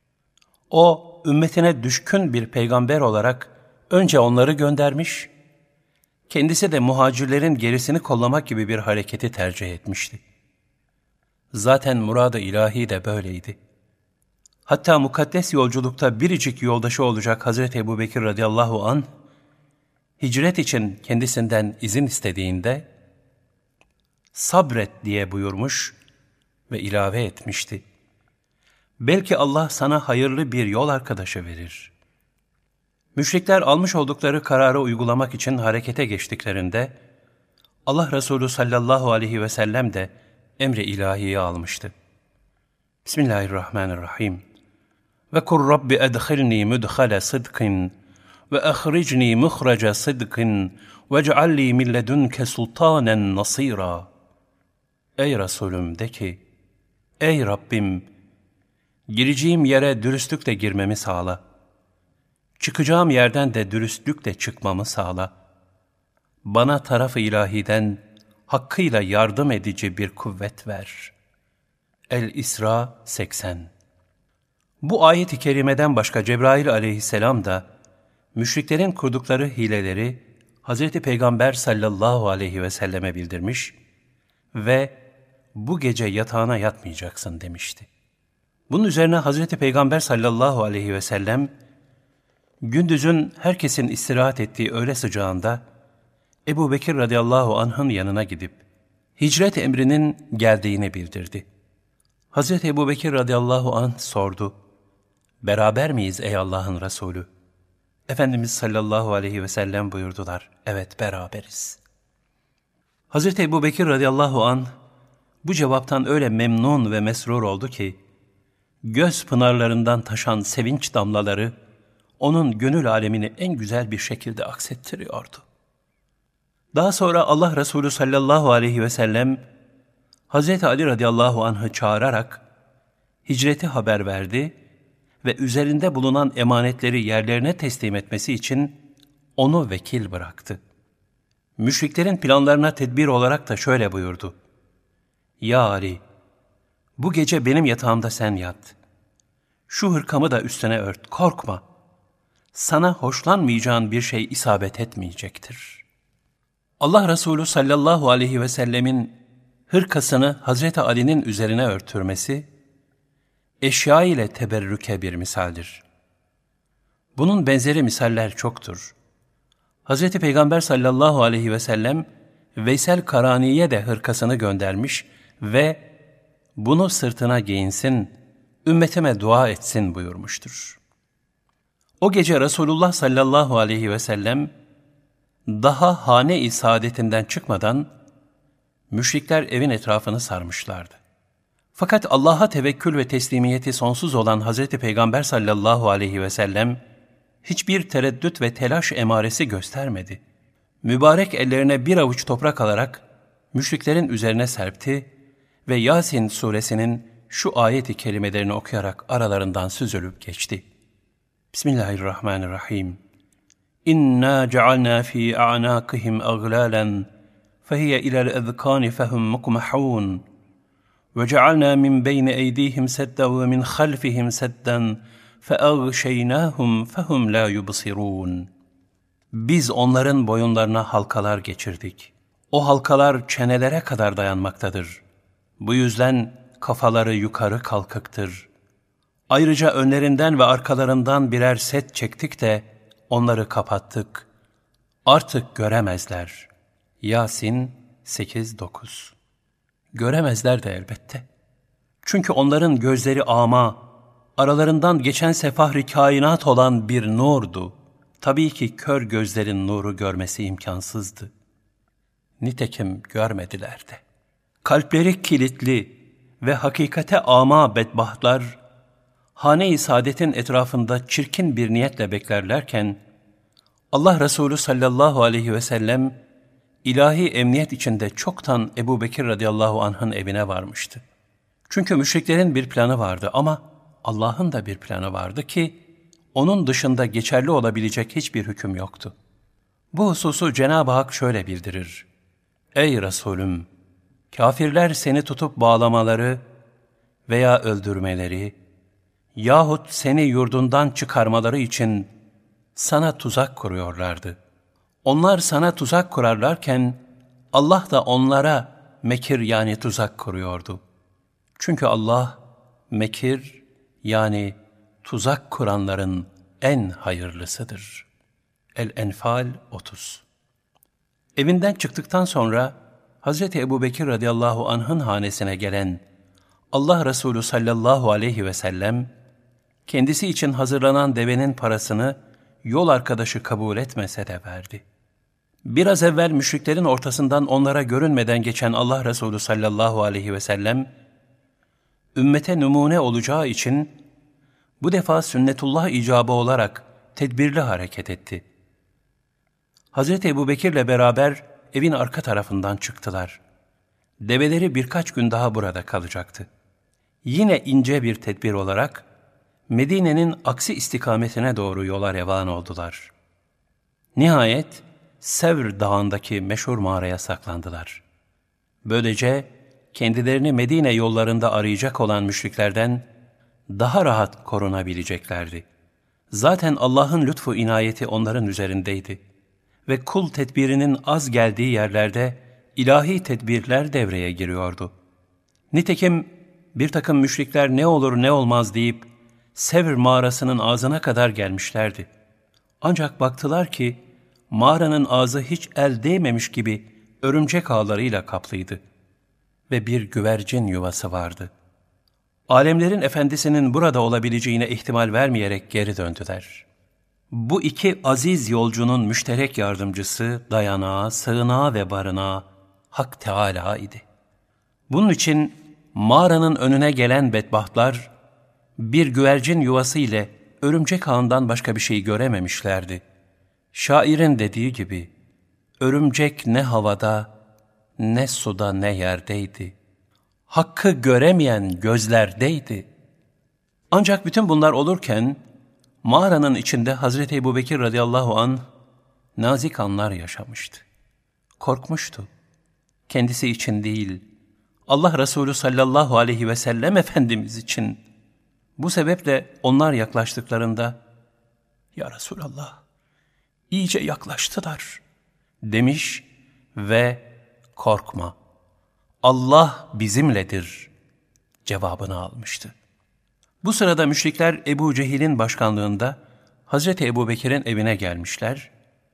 S1: O, ümmetine düşkün bir peygamber olarak önce onları göndermiş, kendisi de muhacirlerin gerisini kollamak gibi bir hareketi tercih etmişti. Zaten murad-ı ilahi de böyleydi. Hatta mukaddes yolculukta biricik yoldaşı olacak Hazreti Ebubekir radıyallahu anh, hicret için kendisinden izin istediğinde, sabret diye buyurmuş ve ilave etmişti. Belki Allah sana hayırlı bir yol arkadaşı verir. Müşrikler almış oldukları kararı uygulamak için harekete geçtiklerinde, Allah Resulü sallallahu aleyhi ve sellem de emri ilahiyi almıştı. Bismillahirrahmanirrahim. Ve kur Rabbi edkhilni müdkhale sıdkın ve ahricni muhraca sıdkın ve cealli min ledunke sultanen nasira. Ey Resulüm de ki, ey Rabbim, gireceğim yere dürüstlükle girmemi sağla. Çıkacağım yerden de dürüstlükle çıkmamı sağla. Bana taraf-ı ilahiden hakkıyla yardım edici bir kuvvet ver. El-İsra seksen. Bu ayet-i kerimeden başka Cebrail aleyhisselam da müşriklerin kurdukları hileleri Hazreti Peygamber sallallahu aleyhi ve selleme bildirmiş ve bu gece yatağına yatmayacaksın demişti. Bunun üzerine Hazreti Peygamber sallallahu aleyhi ve sellem gündüzün herkesin istirahat ettiği öğle sıcağında Ebu Bekir radıyallahu anh'ın yanına gidip hicret emrinin geldiğini bildirdi. Hazreti Ebu Bekir radıyallahu anh sordu. Beraber miyiz ey Allah'ın Resulü? Efendimiz sallallahu aleyhi ve sellem buyurdular. Evet, beraberiz. Hazreti Ebu Bekir radıyallahu anh bu cevaptan öyle memnun ve mesrur oldu ki, göz pınarlarından taşan sevinç damlaları onun gönül alemini en güzel bir şekilde aksettiriyordu. Daha sonra Allah Resulü sallallahu aleyhi ve sellem Hazreti Ali radıyallahu anh'ı çağırarak hicreti haber verdi ve üzerinde bulunan emanetleri yerlerine teslim etmesi için onu vekil bıraktı. Müşriklerin planlarına tedbir olarak da şöyle buyurdu. Ya Ali, bu gece benim yatağımda sen yat. Şu hırkamı da üstüne ört, korkma. sana hoşlanmayacağın bir şey isabet etmeyecektir. Allah Resulü sallallahu aleyhi ve sellemin hırkasını Hazreti Ali'nin üzerine örtürmesi, eşya ile teberrüke bir misaldir. Bunun benzeri misaller çoktur. Hazreti Peygamber sallallahu aleyhi ve sellem, Veysel Karani'ye de hırkasını göndermiş ve bunu sırtına giyinsin, ümmetime dua etsin buyurmuştur. O gece Resulullah sallallahu aleyhi ve sellem, daha hane-i saadetinden çıkmadan, müşrikler evin etrafını sarmışlardı. Fakat Allah'a tevekkül ve teslimiyeti sonsuz olan Hazreti Peygamber sallallahu aleyhi ve sellem, hiçbir tereddüt ve telaş emaresi göstermedi. Mübarek ellerine bir avuç toprak alarak, müşriklerin üzerine serpti ve Yasin suresinin şu ayet-i kerimelerini okuyarak aralarından süzülüp geçti. Bismillahirrahmanirrahim. İnna cealna fi a'naqihim aglalan fehiye ila'l ezkani fehum mukmahun ve cealna min beyni eydihim sedden ve min halfihim sedden feagşeynahum fehum la yubsirun. Biz onların boyunlarına halkalar geçirdik. O halkalar çenelere kadar dayanmaktadır. Bu yüzden kafaları yukarı kalkıktır. Ayrıca önlerinden ve arkalarından birer set çektik de onları kapattık. Artık göremezler. Yasin sekiz dokuz. Göremezler de elbette. Çünkü onların gözleri ama, aralarından geçen sefahri kainat olan bir nurdu. Tabii ki kör gözlerin nuru görmesi imkansızdı. Nitekim görmediler de. Kalpleri kilitli ve hakikate ama bedbahtlar, hane-i saadetin etrafında çirkin bir niyetle beklerlerken, Allah Resulü sallallahu aleyhi ve sellem, ilahi emniyet içinde çoktan Ebu Bekir radıyallahu anh'ın evine varmıştı. Çünkü müşriklerin bir planı vardı ama Allah'ın da bir planı vardı ki, onun dışında geçerli olabilecek hiçbir hüküm yoktu. Bu hususu Cenab-ı Hak şöyle bildirir. Ey Resulüm! Kafirler seni tutup bağlamaları veya öldürmeleri yahut seni yurdundan çıkarmaları için sana tuzak kuruyorlardı. Onlar sana tuzak kurarlarken Allah da onlara mekir yani tuzak kuruyordu. Çünkü Allah mekir yani tuzak kuranların en hayırlısıdır. El-Enfal otuz. Evinden çıktıktan sonra Hazreti Ebu Bekir radıyallahu anh'ın hanesine gelen Allah Resulü sallallahu aleyhi ve sellem, kendisi için hazırlanan devenin parasını yol arkadaşı kabul etmese de verdi. Biraz evvel müşriklerin ortasından onlara görünmeden geçen Allah Resulü sallallahu aleyhi ve sellem, ümmete numune olacağı için bu defa sünnetullah icabı olarak tedbirli hareket etti. Hazreti Ebu Bekir'le beraber evin arka tarafından çıktılar. Develeri birkaç gün daha burada kalacaktı. Yine ince bir tedbir olarak Medine'nin aksi istikametine doğru yola revan oldular. Nihayet Sevr Dağı'ndaki meşhur mağaraya saklandılar. Böylece kendilerini Medine yollarında arayacak olan müşriklerden daha rahat korunabileceklerdi. Zaten Allah'ın lütfu inayeti onların üzerindeydi. Ve kul tedbirinin az geldiği yerlerde ilahi tedbirler devreye giriyordu. Nitekim bir takım müşrikler ne olur ne olmaz deyip Sevr mağarasının ağzına kadar gelmişlerdi. Ancak baktılar ki mağaranın ağzı hiç el değmemiş gibi örümcek ağlarıyla kaplıydı ve bir güvercin yuvası vardı. Alemlerin efendisinin burada olabileceğine ihtimal vermeyerek geri döndüler. Bu iki aziz yolcunun müşterek yardımcısı, dayanağı, sığınağı ve barınağı Hak Teâlâ idi. Bunun için mağaranın önüne gelen bedbahtlar, bir güvercin yuvası ile örümcek ağından başka bir şey görememişlerdi. Şairin dediği gibi, örümcek ne havada, ne suda ne yerdeydi. Hakkı göremeyen gözlerdeydi. Ancak bütün bunlar olurken, mağaranın içinde Hazreti Ebu Bekir radıyallahu anh nazik anlar yaşamıştı. Korkmuştu. Kendisi için değil, Allah Resulü sallallahu aleyhi ve sellem Efendimiz için. Bu sebeple onlar yaklaştıklarında, Ya Resulallah, iyice yaklaştılar demiş ve korkma, Allah bizimledir cevabını almıştı. Bu sırada müşrikler Ebu Cehil'in başkanlığında Hazreti Ebubekir'in evine gelmişler.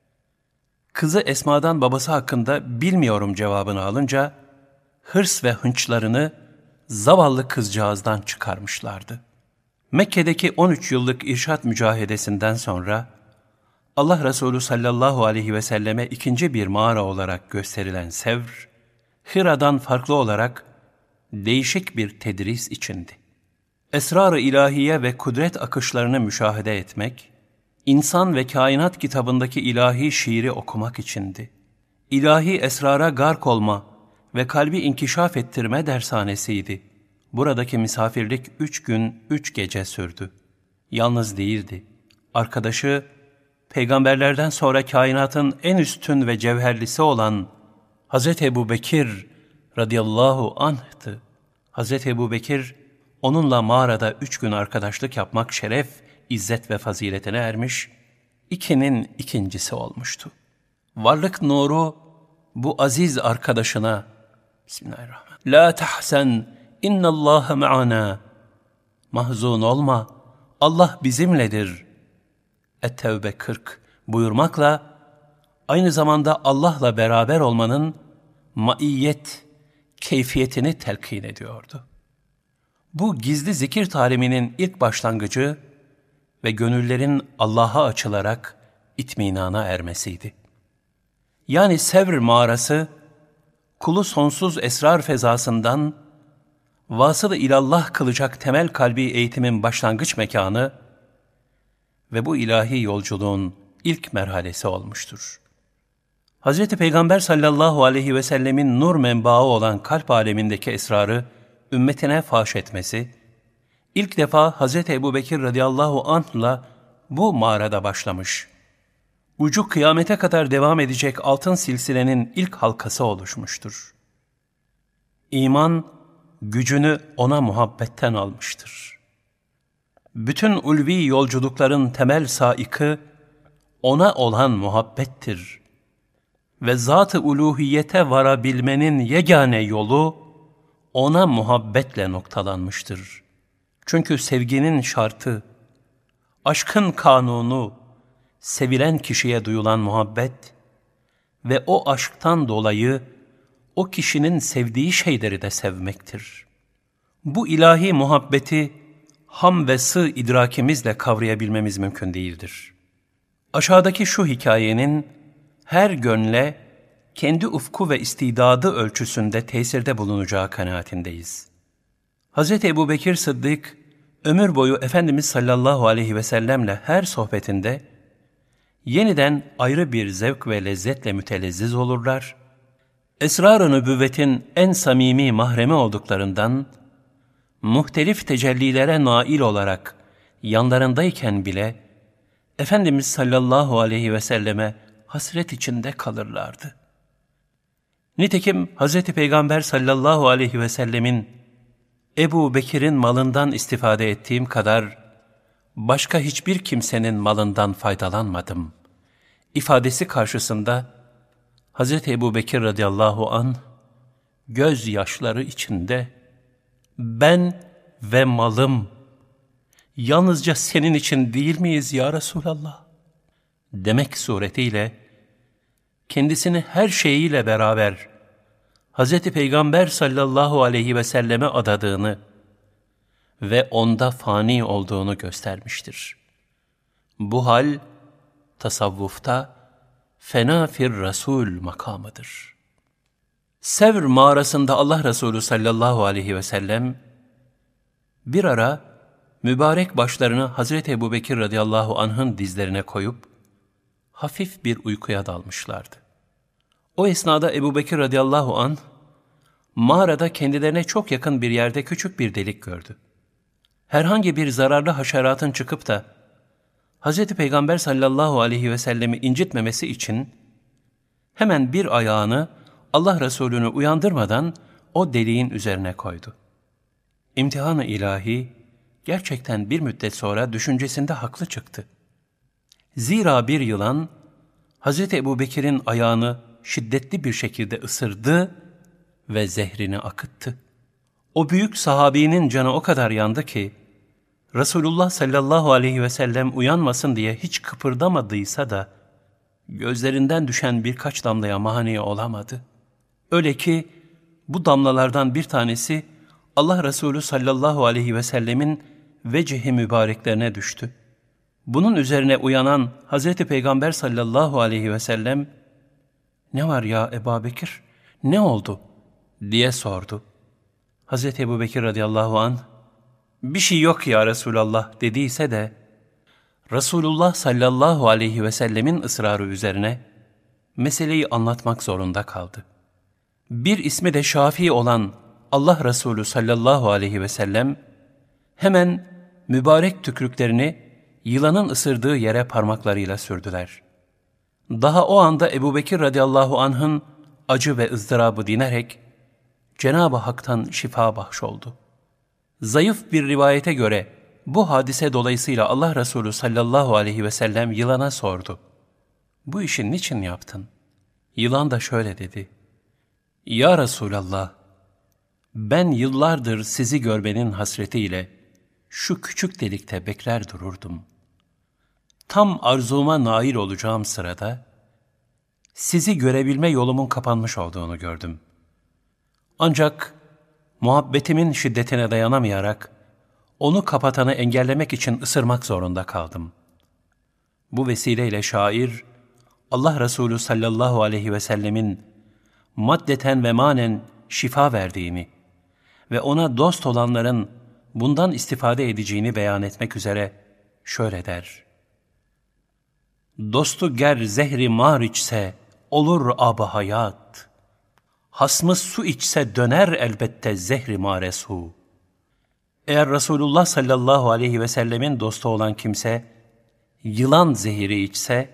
S1: Kızı Esma'dan babası hakkında bilmiyorum cevabını alınca hırs ve hınçlarını zavallı kızcağızdan çıkarmışlardı. Mekke'deki on üç yıllık irşat mücahedesinden sonra Allah Resulü sallallahu aleyhi ve selleme ikinci bir mağara olarak gösterilen Sevr, Hira'dan farklı olarak değişik bir tedris içindi. Esrar-ı ilahiye ve kudret akışlarını müşahede etmek, İnsan ve Kainat kitabındaki ilahi şiiri okumak içindi. İlahi esrara gark olma ve kalbi inkişaf ettirme dershanesiydi. Buradaki misafirlik üç gün, üç gece sürdü. Yalnız değildi. Arkadaşı, peygamberlerden sonra kainatın en üstün ve cevherlisi olan Hazreti Ebubekir radıyallahu anh'tı. Hazreti Ebubekir, onunla mağarada üç gün arkadaşlık yapmak şeref, izzet ve faziletine ermiş, ikinin ikincisi olmuştu. Varlık nuru bu aziz arkadaşına, Bismillahirrahmanirrahim, La tahsen, innallâhe ma'ana, mahzun olma, Allah bizimledir. Et-Tevbe kırk buyurmakla, aynı zamanda Allah'la beraber olmanın maiyet, keyfiyetini telkin ediyordu. Bu gizli zikir taliminin ilk başlangıcı ve gönüllerin Allah'a açılarak itminana ermesiydi. Yani Sevr mağarası, kulu sonsuz esrar fezasından vasıl-ı ilallah kılacak temel kalbi eğitimin başlangıç mekanı ve bu ilahi yolculuğun ilk merhalesi olmuştur. Hazreti Peygamber sallallahu aleyhi ve sellemin nur menbaı olan kalp alemindeki esrarı ümmetine fahş etmesi, ilk defa Hazreti Ebubekir radıyallahu anh'la bu mağarada başlamış. Ucu kıyamete kadar devam edecek altın silsilenin ilk halkası oluşmuştur. İman, gücünü ona muhabbetten almıştır. Bütün ulvi yolculukların temel saikı, ona olan muhabbettir. Ve zat-ı uluhiyete varabilmenin yegane yolu, ona muhabbetle noktalanmıştır. Çünkü sevginin şartı, aşkın kanunu, sevilen kişiye duyulan muhabbet ve o aşktan dolayı o kişinin sevdiği şeyleri de sevmektir. Bu ilahi muhabbeti ham ve sığ idrakimizle kavrayabilmemiz mümkün değildir. Aşağıdaki şu hikayenin her gönle kendi ufku ve istidadı ölçüsünde tesirde bulunacağı kanaatindeyiz. Hazreti Ebubekir Sıddık, ömür boyu Efendimiz sallallahu aleyhi ve sellemle her sohbetinde yeniden ayrı bir zevk ve lezzetle mütelezziz olurlar, esrar-ı nübüvvetin en samimi mahremi olduklarından, muhtelif tecellilere nail olarak yanlarındayken bile Efendimiz sallallahu aleyhi ve selleme hasret içinde kalırlardı. Nitekim Hazreti Peygamber sallallahu aleyhi ve sellemin Ebu Bekir'in malından istifade ettiğim kadar başka hiçbir kimsenin malından faydalanmadım ifadesi karşısında Hazreti Ebu Bekir radıyallahu anh gözyaşları içinde ben ve malım yalnızca senin için değil miyiz ya Resulallah demek suretiyle kendisini her şeyiyle beraber Hazreti Peygamber sallallahu aleyhi ve selleme adadığını ve onda fani olduğunu göstermiştir. Bu hal tasavvufta fena fir Resul makamıdır. Sevr mağarasında Allah Resulü sallallahu aleyhi ve sellem bir ara mübarek başlarını Hazreti Ebubekir radıyallahu anh'ın dizlerine koyup hafif bir uykuya dalmışlardı. O esnada Ebubekir radıyallahu anh mağarada kendilerine çok yakın bir yerde küçük bir delik gördü. Herhangi bir zararlı haşeratın çıkıp da Hazreti Peygamber sallallahu aleyhi ve sellemi incitmemesi için hemen bir ayağını Allah Resulü'nü uyandırmadan o deliğin üzerine koydu. İmtihan-ı ilahi gerçekten bir müddet sonra düşüncesinde haklı çıktı. Zira bir yılan, Hazreti Ebubekir'in ayağını şiddetli bir şekilde ısırdı ve zehrini akıttı. O büyük sahabinin canı o kadar yandı ki, Resulullah sallallahu aleyhi ve sellem uyanmasın diye hiç kıpırdamadıysa da, gözlerinden düşen birkaç damlaya mani olamadı. Öyle ki, bu damlalardan bir tanesi, Allah Resulü sallallahu aleyhi ve sellemin vecihi mübareklerine düştü. Bunun üzerine uyanan Hazreti Peygamber sallallahu aleyhi ve sellem, "Ne var ya Ebubekir, ne oldu?" diye sordu. Hazreti Ebubekir radıyallahu anh, "Bir şey yok ya Resulallah" dediyse de, Resulullah sallallahu aleyhi ve sellemin ısrarı üzerine meseleyi anlatmak zorunda kaldı. Bir ismi de Şafii olan Allah Resulü sallallahu aleyhi ve sellem, hemen mübarek tükürüklerini yılanın ısırdığı yere parmaklarıyla sürdüler. Daha o anda Ebubekir radıyallahu anh'ın acı ve ızdırabı dinerek Cenab-ı Hak'tan şifa bahşoldu. Zayıf bir rivayete göre bu hadise dolayısıyla Allah Resulü sallallahu aleyhi ve sellem yılana sordu. "Bu işi niçin yaptın?" Yılan da şöyle dedi: "Ya Resulallah, ben yıllardır sizi görmenin hasretiyle şu küçük delikte bekler dururdum. Tam arzuma nail olacağım sırada sizi görebilme yolumun kapanmış olduğunu gördüm. Ancak muhabbetimin şiddetine dayanamayarak onu kapatanı engellemek için ısırmak zorunda kaldım." Bu vesileyle şair, Allah Resulü sallallahu aleyhi ve sellemin maddeten ve manen şifa verdiğini ve ona dost olanların bundan istifade edeceğini beyan etmek üzere şöyle der: "Dostu ger zehri mar içse olur ab-ı hayat, hasmı su içse döner elbette zehri mare su." Eğer Resulullah sallallahu aleyhi ve sellemin dostu olan kimse yılan zehiri içse,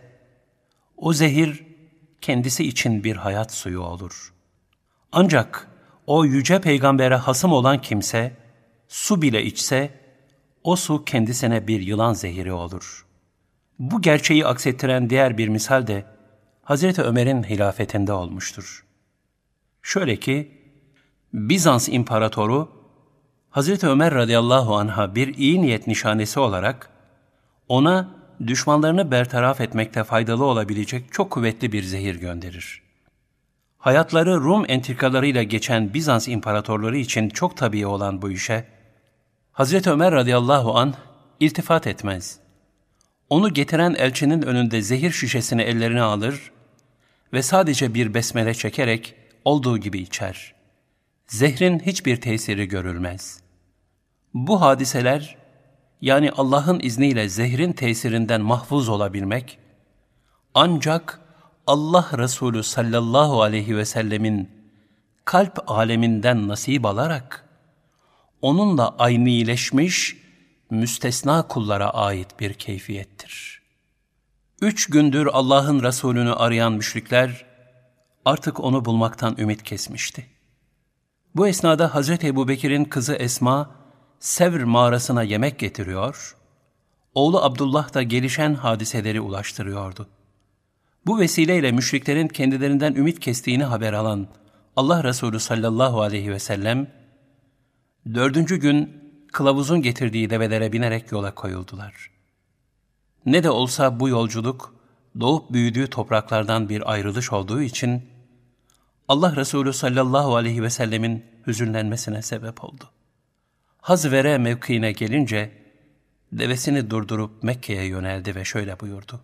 S1: o zehir kendisi için bir hayat suyu olur. Ancak o yüce peygambere hasım olan kimse su bile içse, o su kendisine bir yılan zehiri olur. Bu gerçeği aksettiren diğer bir misal de Hazreti Ömer'in hilafetinde olmuştur. Şöyle ki, Bizans imparatoru Hazreti Ömer radıyallahu anh'a bir iyi niyet nişanesi olarak ona düşmanlarını bertaraf etmekte faydalı olabilecek çok kuvvetli bir zehir gönderir. Hayatları Rum entrikalarıyla geçen Bizans imparatorları için çok tabii olan bu işe Hazreti Ömer radıyallahu anh iltifat etmez. Onu getiren elçinin önünde zehir şişesini ellerine alır ve sadece bir besmele çekerek olduğu gibi içer. Zehrin hiçbir tesiri görülmez. Bu hadiseler, yani Allah'ın izniyle zehrin tesirinden mahfuz olabilmek, ancak Allah Resulü sallallahu aleyhi ve sellemin kalp aleminden nasip alarak, onunla aynileşmiş, müstesna kullara ait bir keyfiyettir. Üç gündür Allah'ın Resulünü arayan müşrikler, artık onu bulmaktan ümit kesmişti. Bu esnada Hazreti Ebubekir'in kızı Esma, Sevr mağarasına yemek getiriyor, oğlu Abdullah da gelişen hadiseleri ulaştırıyordu. Bu vesileyle müşriklerin kendilerinden ümit kestiğini haber alan Allah Resulü sallallahu aleyhi ve sellem, dördüncü gün kılavuzun getirdiği develere binerek yola koyuldular. Ne de olsa bu yolculuk, doğup büyüdüğü topraklardan bir ayrılış olduğu için, Allah Resulü sallallahu aleyhi ve sellemin hüzünlenmesine sebep oldu. Hazvere mevkiine gelince, devesini durdurup Mekke'ye yöneldi ve şöyle buyurdu: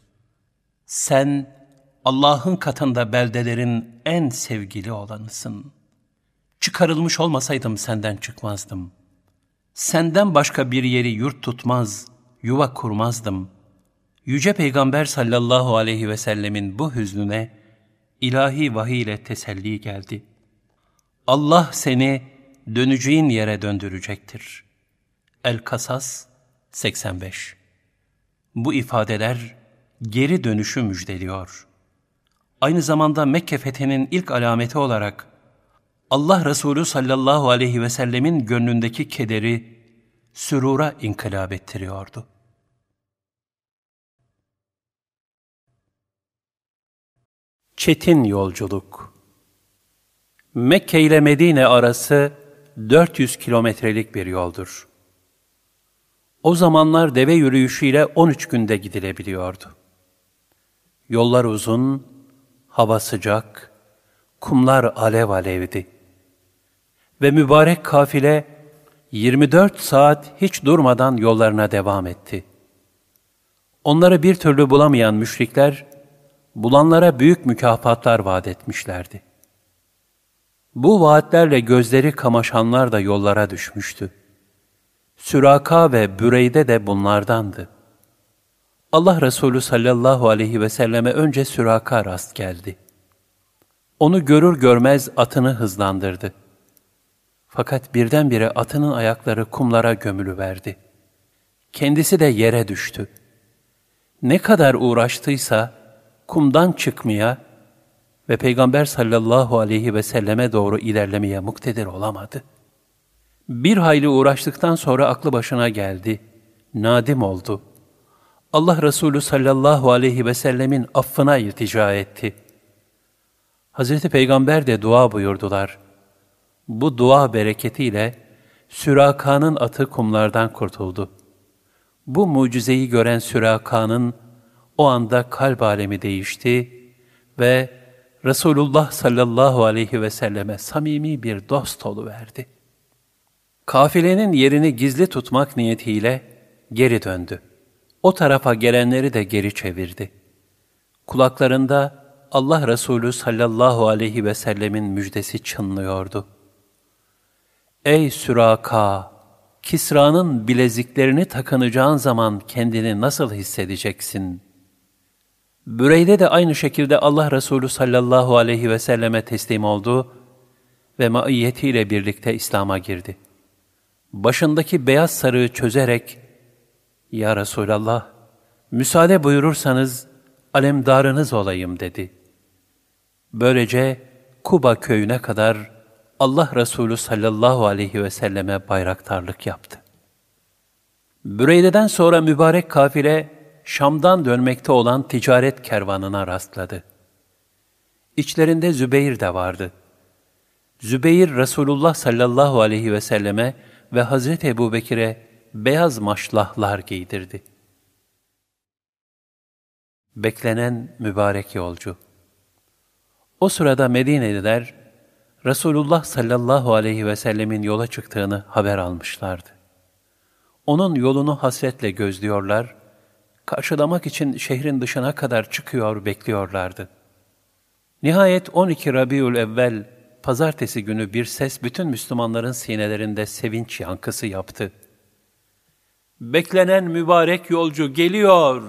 S1: "Sen Allah'ın katında beldelerin en sevgili olanısın. Çıkarılmış olmasaydım senden çıkmazdım. Senden başka bir yeri yurt tutmaz, yuva kurmazdım." Yüce Peygamber sallallahu aleyhi ve sellemin bu hüznüne ilahi vahiy ile teselli geldi. Allah seni döneceğin yere döndürecektir. El-Kasas seksen beş. Bu ifadeler geri dönüşü müjdeliyor. Aynı zamanda Mekke fethinin ilk alameti olarak Allah Resulü sallallahu aleyhi ve sellemin gönlündeki kederi sürura inkılap ettiriyordu. Çetin yolculuk. Mekke ile Medine arası dört yüz kilometrelik bir yoldur. O zamanlar deve yürüyüşüyle on üç günde gidilebiliyordu. Yollar uzun, hava sıcak, kumlar alev alevdi. Ve mübarek kafile yirmi dört saat hiç durmadan yollarına devam etti. Onları bir türlü bulamayan müşrikler, bulanlara büyük mükafatlar vaat etmişlerdi. Bu vaatlerle gözleri kamaşanlar da yollara düşmüştü. Süraka ve Büreyde de bunlardandı. Allah Resulü sallallahu aleyhi ve selleme önce Süraka rast geldi. Onu görür görmez atını hızlandırdı. Fakat birdenbire atının ayakları kumlara gömülüverdi. Kendisi de yere düştü. Ne kadar uğraştıysa kumdan çıkmaya ve Peygamber sallallahu aleyhi ve selleme doğru ilerlemeye muktedir olamadı. Bir hayli uğraştıktan sonra aklı başına geldi. Nadim oldu. Allah Resulü sallallahu aleyhi ve sellemin affına iltica etti. Hazreti Peygamber de dua buyurdular. Bu dua bereketiyle Süraka'nın atı kumlardan kurtuldu. Bu mucizeyi gören Süraka'nın o anda kalp alemi değişti ve Resulullah sallallahu aleyhi ve selleme samimi bir dost oluverdi. Kafilenin yerini gizli tutmak niyetiyle geri döndü. O tarafa gelenleri de geri çevirdi. Kulaklarında Allah Resulü sallallahu aleyhi ve sellemin müjdesi çınlıyordu. Ey Süraka! Kisra'nın bileziklerini takınacağın zaman kendini nasıl hissedeceksin? Büreyde de aynı şekilde Allah Resulü sallallahu aleyhi ve selleme teslim oldu ve maiyetiyle birlikte İslam'a girdi. Başındaki beyaz sarığı çözerek, "Ya Resulallah, müsaade buyurursanız alemdarınız olayım," dedi. Böylece Kuba köyüne kadar Allah Resulü sallallahu aleyhi ve selleme bayraktarlık yaptı. Büreyde'den sonra mübarek kafile Şam'dan dönmekte olan ticaret kervanına rastladı. İçlerinde Zübeyir de vardı. Zübeyir Resulullah sallallahu aleyhi ve selleme ve Hazreti Ebubekir'e beyaz maşlahlar giydirdi. Beklenen mübarek yolcu. O sırada Medineliler Resulullah sallallahu aleyhi ve sellemin yola çıktığını haber almışlardı. Onun yolunu hasretle gözlüyorlar, karşılamak için şehrin dışına kadar çıkıyor, bekliyorlardı. Nihayet on iki Rabiülevvel, pazartesi günü bir ses bütün Müslümanların sinelerinde sevinç yankısı yaptı. "Beklenen mübarek yolcu geliyor!"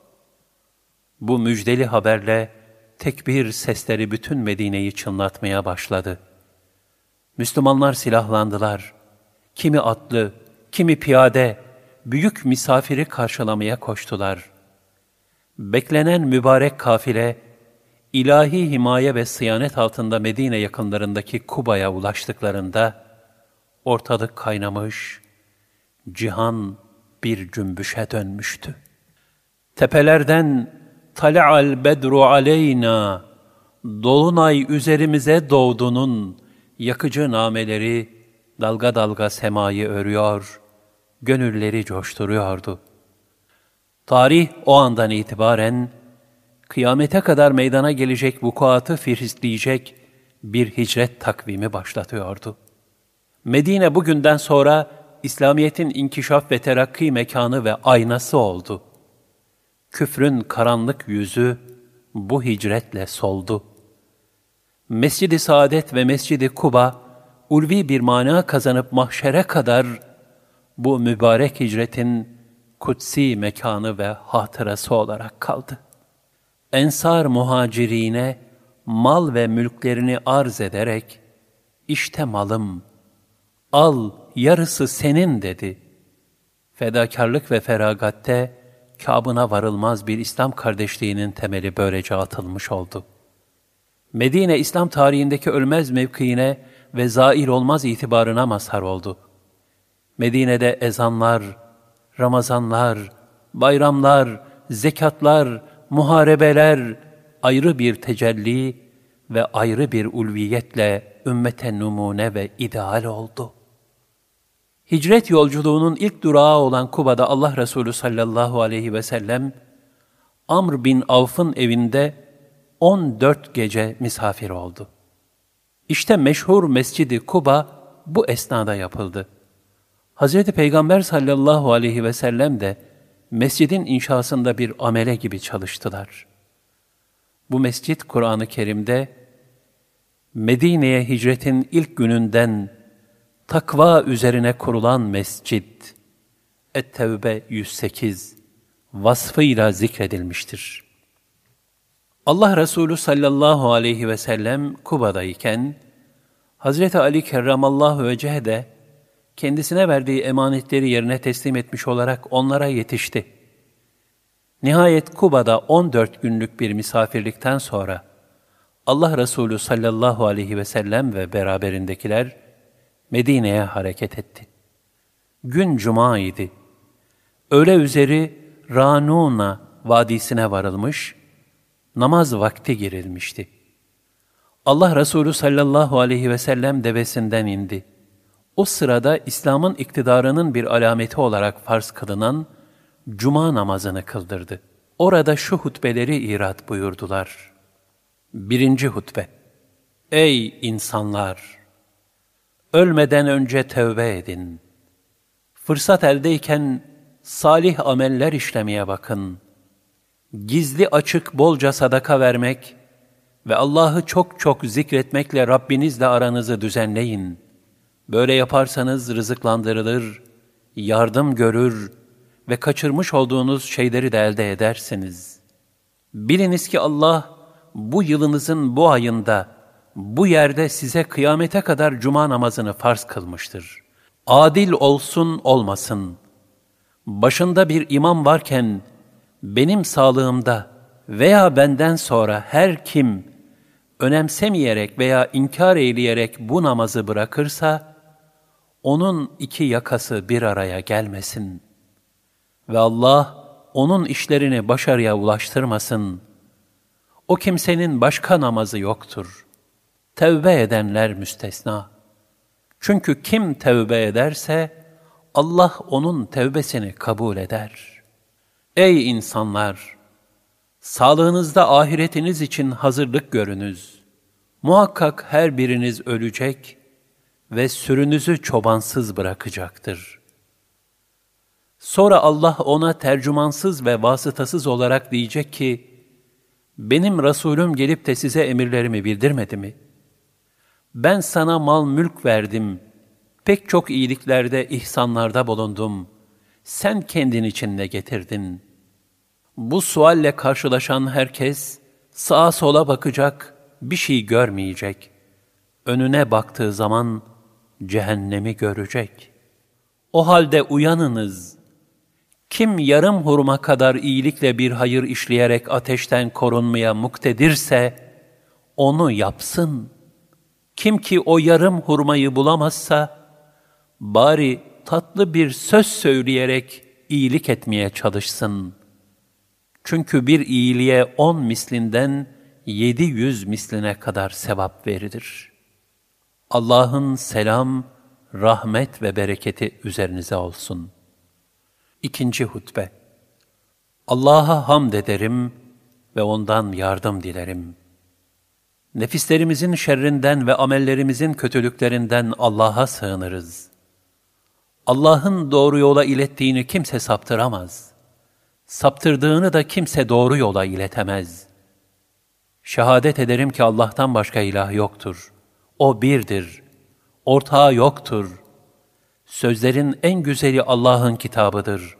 S1: Bu müjdeli haberle tekbir sesleri bütün Medine'yi çınlatmaya başladı. Müslümanlar silahlandılar. Kimi atlı, kimi piyade, büyük misafiri karşılamaya koştular. Beklenen mübarek kafile, ilahi himaye ve sıyanet altında Medine yakınlarındaki Kuba'ya ulaştıklarında, ortalık kaynamış, cihan bir cümbüşe dönmüştü. Tepelerden "Tala'al bedru aleyna", dolunay üzerimize doğdunun yakıcı nameleri dalga dalga semayı örüyor, gönülleri coşturuyordu. Tarih o andan itibaren kıyamete kadar meydana gelecek vukuatı fihrisleyecek bir hicret takvimi başlatıyordu. Medine bugünden sonra İslamiyet'in inkişaf ve terakki mekanı ve aynası oldu. Küfrün karanlık yüzü bu hicretle soldu. Mescid-i Saadet ve Mescid-i Kuba, ulvi bir mana kazanıp mahşere kadar bu mübarek hicretin kutsi mekanı ve hatırası olarak kaldı. Ensar muhacirine mal ve mülklerini arz ederek, "İşte malım, al yarısı senin," dedi. Fedakarlık ve feragatte Kâbına varılmaz bir İslam kardeşliğinin temeli böylece atılmış oldu. Medine, İslam tarihindeki ölmez mevkiine ve zail olmaz itibarına mazhar oldu. Medine'de ezanlar, Ramazanlar, bayramlar, zekatlar, muharebeler, ayrı bir tecelli ve ayrı bir ulviyetle ümmete numune ve ideal oldu. Hicret yolculuğunun ilk durağı olan Kuba'da Allah Resulü sallallahu aleyhi ve sellem, Amr bin Avf'ın evinde on dört gece misafir oldu. İşte meşhur Mescid-i Kuba bu esnada yapıldı. Hazreti Peygamber sallallahu aleyhi ve sellem de mescidin inşasında bir amele gibi çalıştılar. Bu mescid Kur'an-ı Kerim'de Medine'ye hicretin ilk gününden takva üzerine kurulan mescid, Et-Tevbe yüz sekiz vasfıyla zikredilmiştir. Allah Resulü sallallahu aleyhi ve sellem Kuba'dayken, Hazreti Ali kerramallahu vecehe de kendisine verdiği emanetleri yerine teslim etmiş olarak onlara yetişti. Nihayet Kuba'da on dört günlük bir misafirlikten sonra Allah Resulü sallallahu aleyhi ve sellem ve beraberindekiler Medine'ye hareket etti. Gün cuma idi. Öğle üzeri Ranuna vadisine varılmış, namaz vakti girilmişti. Allah Resulü sallallahu aleyhi ve sellem devesinden indi. O sırada İslam'ın iktidarının bir alameti olarak farz kılınan cuma namazını kıldırdı. Orada şu hutbeleri irad buyurdular. Birinci hutbe. Ey insanlar! Ölmeden önce tevbe edin. Fırsat eldeyken salih ameller işlemeye bakın. Gizli açık bolca sadaka vermek ve Allah'ı çok çok zikretmekle Rabbinizle aranızı düzenleyin. Böyle yaparsanız rızıklandırılır, yardım görür ve kaçırmış olduğunuz şeyleri de elde edersiniz. Biliniz ki Allah bu yılınızın bu ayında, bu yerde size kıyamete kadar cuma namazını farz kılmıştır. Adil olsun olmasın. Başında bir imam varken, benim sağlığımda veya benden sonra her kim önemsemeyerek veya inkar eyleyerek bu namazı bırakırsa, onun iki yakası bir araya gelmesin. Ve Allah onun işlerini başarıya ulaştırmasın. O kimsenin başka namazı yoktur. Tevbe edenler müstesna. Çünkü kim tevbe ederse, Allah onun tevbesini kabul eder. Ey insanlar! Sağlığınızda ahiretiniz için hazırlık görünüz. Muhakkak her biriniz ölecek ve sürünüzü çobansız bırakacaktır. Sonra Allah ona tercümansız ve vasıtasız olarak diyecek ki, benim Resulüm gelip de size emirlerimi bildirmedi mi? Ben sana mal mülk verdim, pek çok iyiliklerde, ihsanlarda bulundum. Sen kendin için ne getirdin? Bu sualle karşılaşan herkes sağa sola bakacak, bir şey görmeyecek. Önüne baktığı zaman cehennemi görecek. O halde uyanınız. Kim yarım hurma kadar iyilikle bir hayır işleyerek ateşten korunmaya muktedirse, onu yapsın. Kim ki o yarım hurmayı bulamazsa, bari tatlı bir söz söyleyerek iyilik etmeye çalışsın. Çünkü bir iyiliğe on mislinden yedi yüz misline kadar sevap verilir. Allah'ın selam, rahmet ve bereketi üzerinize olsun. İkinci hutbe. Allah'a hamd ederim ve ondan yardım dilerim. Nefislerimizin şerrinden ve amellerimizin kötülüklerinden Allah'a sığınırız. Allah'ın doğru yola ilettiğini kimse saptıramaz. Saptırdığını da kimse doğru yola iletemez. Şehadet ederim ki Allah'tan başka ilah yoktur. O birdir. Ortağı yoktur. Sözlerin en güzeli Allah'ın kitabıdır.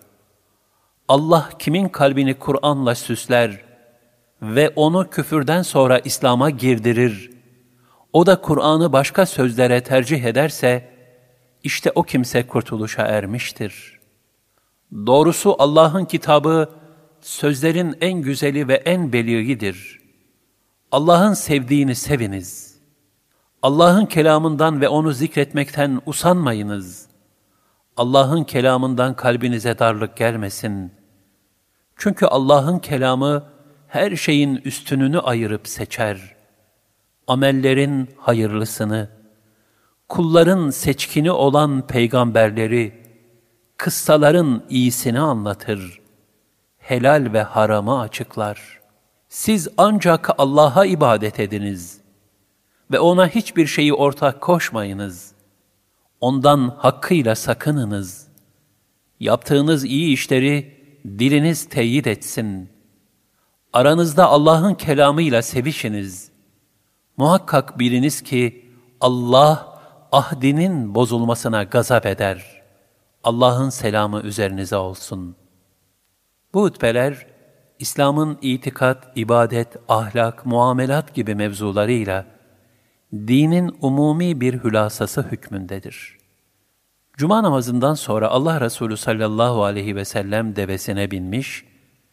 S1: Allah kimin kalbini Kur'an'la süsler ve onu küfürden sonra İslam'a girdirir, o da Kur'an'ı başka sözlere tercih ederse, işte o kimse kurtuluşa ermiştir. Doğrusu Allah'ın kitabı, sözlerin en güzeli ve en beliğidir. Allah'ın sevdiğini seviniz. Allah'ın kelamından ve onu zikretmekten usanmayınız. Allah'ın kelamından kalbinize darlık gelmesin. Çünkü Allah'ın kelamı, her şeyin üstününü ayırıp seçer. Amellerin hayırlısını, kulların seçkini olan peygamberleri, kıssaların iyisini anlatır. Helal ve haramı açıklar. Siz ancak Allah'a ibadet ediniz ve ona hiçbir şeyi ortak koşmayınız. Ondan hakkıyla sakınınız. Yaptığınız iyi işleri diliniz teyit etsin. Aranızda Allah'ın kelamıyla sevişiniz. Muhakkak biliniz ki Allah ahdinin bozulmasına gazap eder. Allah'ın selamı üzerinize olsun. Bu hutbeler, İslam'ın itikat, ibadet, ahlak, muamelat gibi mevzularıyla dinin umumi bir hülasası hükmündedir. Cuma namazından sonra Allah Resulü sallallahu aleyhi ve sellem devesine binmiş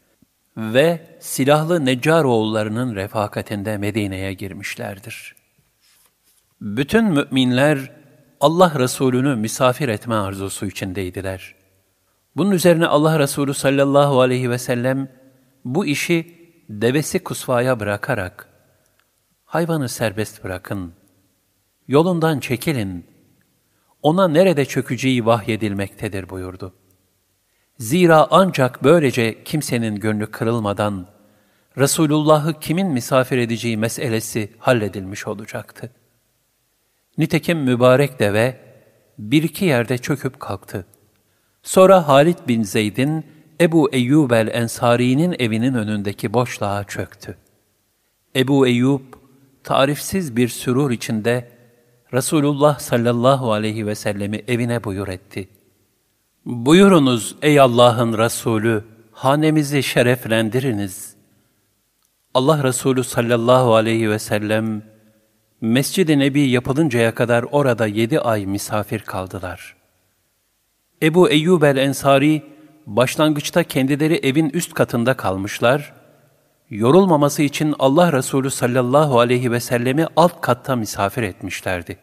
S1: ve silahlı Neccaroğullarının refakatinde Medine'ye girmişlerdir. Bütün müminler Allah Resulü'nü misafir etme arzusu içindeydiler. Bunun üzerine Allah Resulü sallallahu aleyhi ve sellem bu işi devesi kusvaya bırakarak, hayvanı serbest bırakın, yolundan çekilin, ona nerede çökeceği vahyedilmektedir buyurdu. Zira ancak böylece kimsenin gönlü kırılmadan Resulullah'ı kimin misafir edeceği meselesi halledilmiş olacaktı. Nitekim mübarek deve bir iki yerde çöküp kalktı. Sonra Halid bin Zeyd'in Ebu Eyyub el-Ensari'nin evinin önündeki boşluğa çöktü. Ebu Eyyub tarifsiz bir sürur içinde Resulullah sallallahu aleyhi ve sellemi evine buyur etti. Buyurunuz ey Allah'ın Resulü, hanemizi şereflendiriniz. Allah Resulü sallallahu aleyhi ve sellem, Mescid-i Nebi yapılıncaya kadar orada yedi ay misafir kaldılar. Ebu Eyyub el-Ensari, başlangıçta kendileri evin üst katında kalmışlar, yorulmaması için Allah Resulü sallallahu aleyhi ve sellemi alt katta misafir etmişlerdi.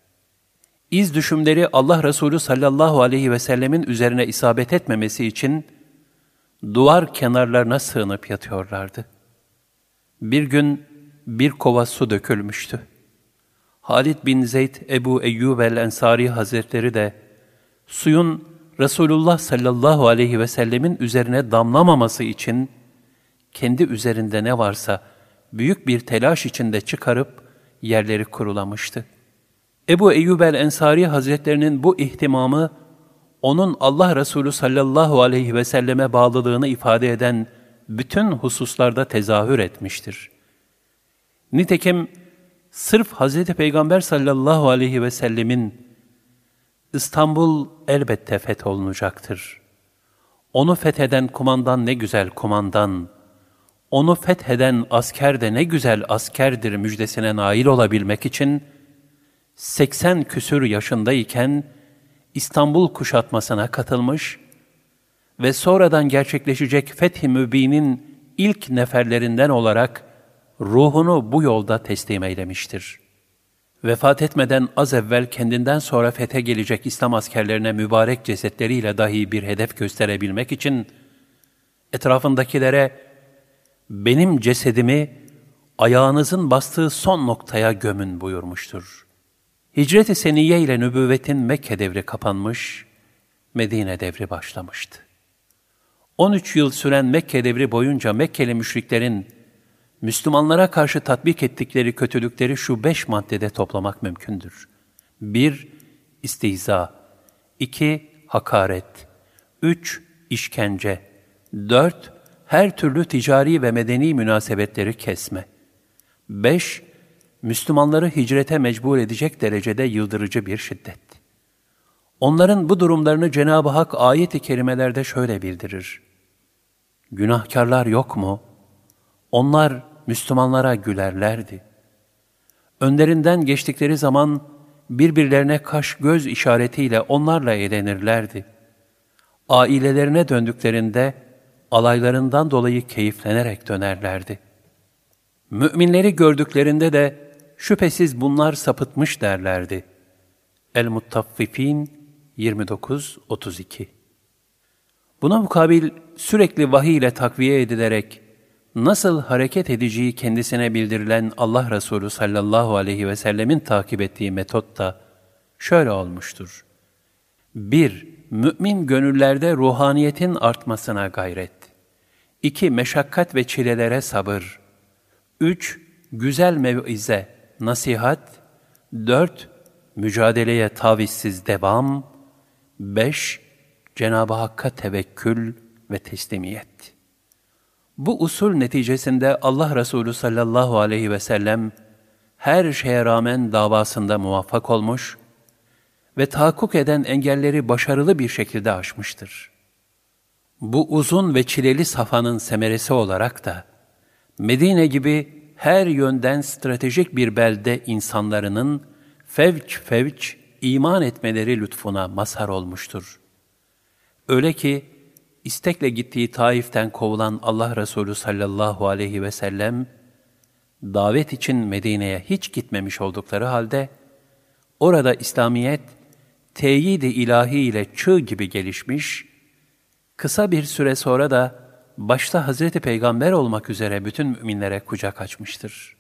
S1: İz düşümleri Allah Resulü sallallahu aleyhi ve sellemin üzerine isabet etmemesi için duvar kenarlarına sığınıp yatıyorlardı. Bir gün bir kova su dökülmüştü. Halid bin Zeyd Ebu Eyyub el-Ensari Hazretleri de suyun Resulullah sallallahu aleyhi ve sellemin üzerine damlamaması için kendi üzerinde ne varsa büyük bir telaş içinde çıkarıp yerleri kurulamıştı. Ebu Eyyub el-Ensari Hazretlerinin bu ihtimamı, onun Allah Resulü sallallahu aleyhi ve selleme bağlılığını ifade eden bütün hususlarda tezahür etmiştir. Nitekim sırf Hazreti Peygamber sallallahu aleyhi ve sellemin İstanbul elbette fetholunacaktır. Onu fetheden kumandan ne güzel kumandan, onu fetheden asker de ne güzel askerdir müjdesine nail olabilmek için seksen küsür yaşındayken İstanbul kuşatmasına katılmış ve sonradan gerçekleşecek Fethi Mübin'in ilk neferlerinden olarak ruhunu bu yolda teslim eylemiştir. Vefat etmeden az evvel kendinden sonra fethe gelecek İslam askerlerine mübarek cesetleriyle dahi bir hedef gösterebilmek için etrafındakilere benim cesedimi ayağınızın bastığı son noktaya gömün buyurmuştur. Hicret-i Seniyye ile nübüvvetin Mekke devri kapanmış, Medine devri başlamıştı. on üç yıl süren Mekke devri boyunca Mekkeli müşriklerin Müslümanlara karşı tatbik ettikleri kötülükleri şu beş maddede toplamak mümkündür. bir İstihza, iki Hakaret, üç işkence, dört Her türlü ticari ve medeni münasebetleri kesme, beş Müslümanları hicrete mecbur edecek derecede yıldırıcı bir şiddet. Onların bu durumlarını Cenab-ı Hak ayet-i kerimelerde şöyle bildirir. Günahkarlar yok mu? Onlar Müslümanlara gülerlerdi. Önlerinden geçtikleri zaman birbirlerine kaş göz işaretiyle onlarla eğlenirlerdi. Ailelerine döndüklerinde alaylarından dolayı keyiflenerek dönerlerdi. Müminleri gördüklerinde de şüphesiz bunlar sapıtmış derlerdi. El-Muttaffifin yirmi dokuz otuz iki. Buna mukabil sürekli vahiy ile takviye edilerek nasıl hareket edeceği kendisine bildirilen Allah Resulü sallallahu aleyhi ve sellemin takip ettiği metot da şöyle olmuştur. bir Mümin gönüllerde ruhaniyetin artmasına gayret. iki Meşakkat ve çilelere sabır. üç Güzel mev'ize, nasihat. dört Mücadeleye tavizsiz devam. beş Cenab-ı Hakk'a tevekkül ve teslimiyet. Bu usul neticesinde Allah Resulü sallallahu aleyhi ve sellem her şeye rağmen davasında muvaffak olmuş ve tahakkuk eden engelleri başarılı bir şekilde aşmıştır. Bu uzun ve çileli safanın semeresi olarak da Medine gibi her yönden stratejik bir belde insanların fevç fevç iman etmeleri lütfuna mazhar olmuştur. Öyle ki istekle gittiği Taif'ten kovulan Allah Resulü sallallahu aleyhi ve sellem, davet için Medine'ye hiç gitmemiş oldukları halde, orada İslamiyet, teyid-i ilahi ile çığ gibi gelişmiş, kısa bir süre sonra da başta Hazreti Peygamber olmak üzere bütün müminlere kucak açmıştır.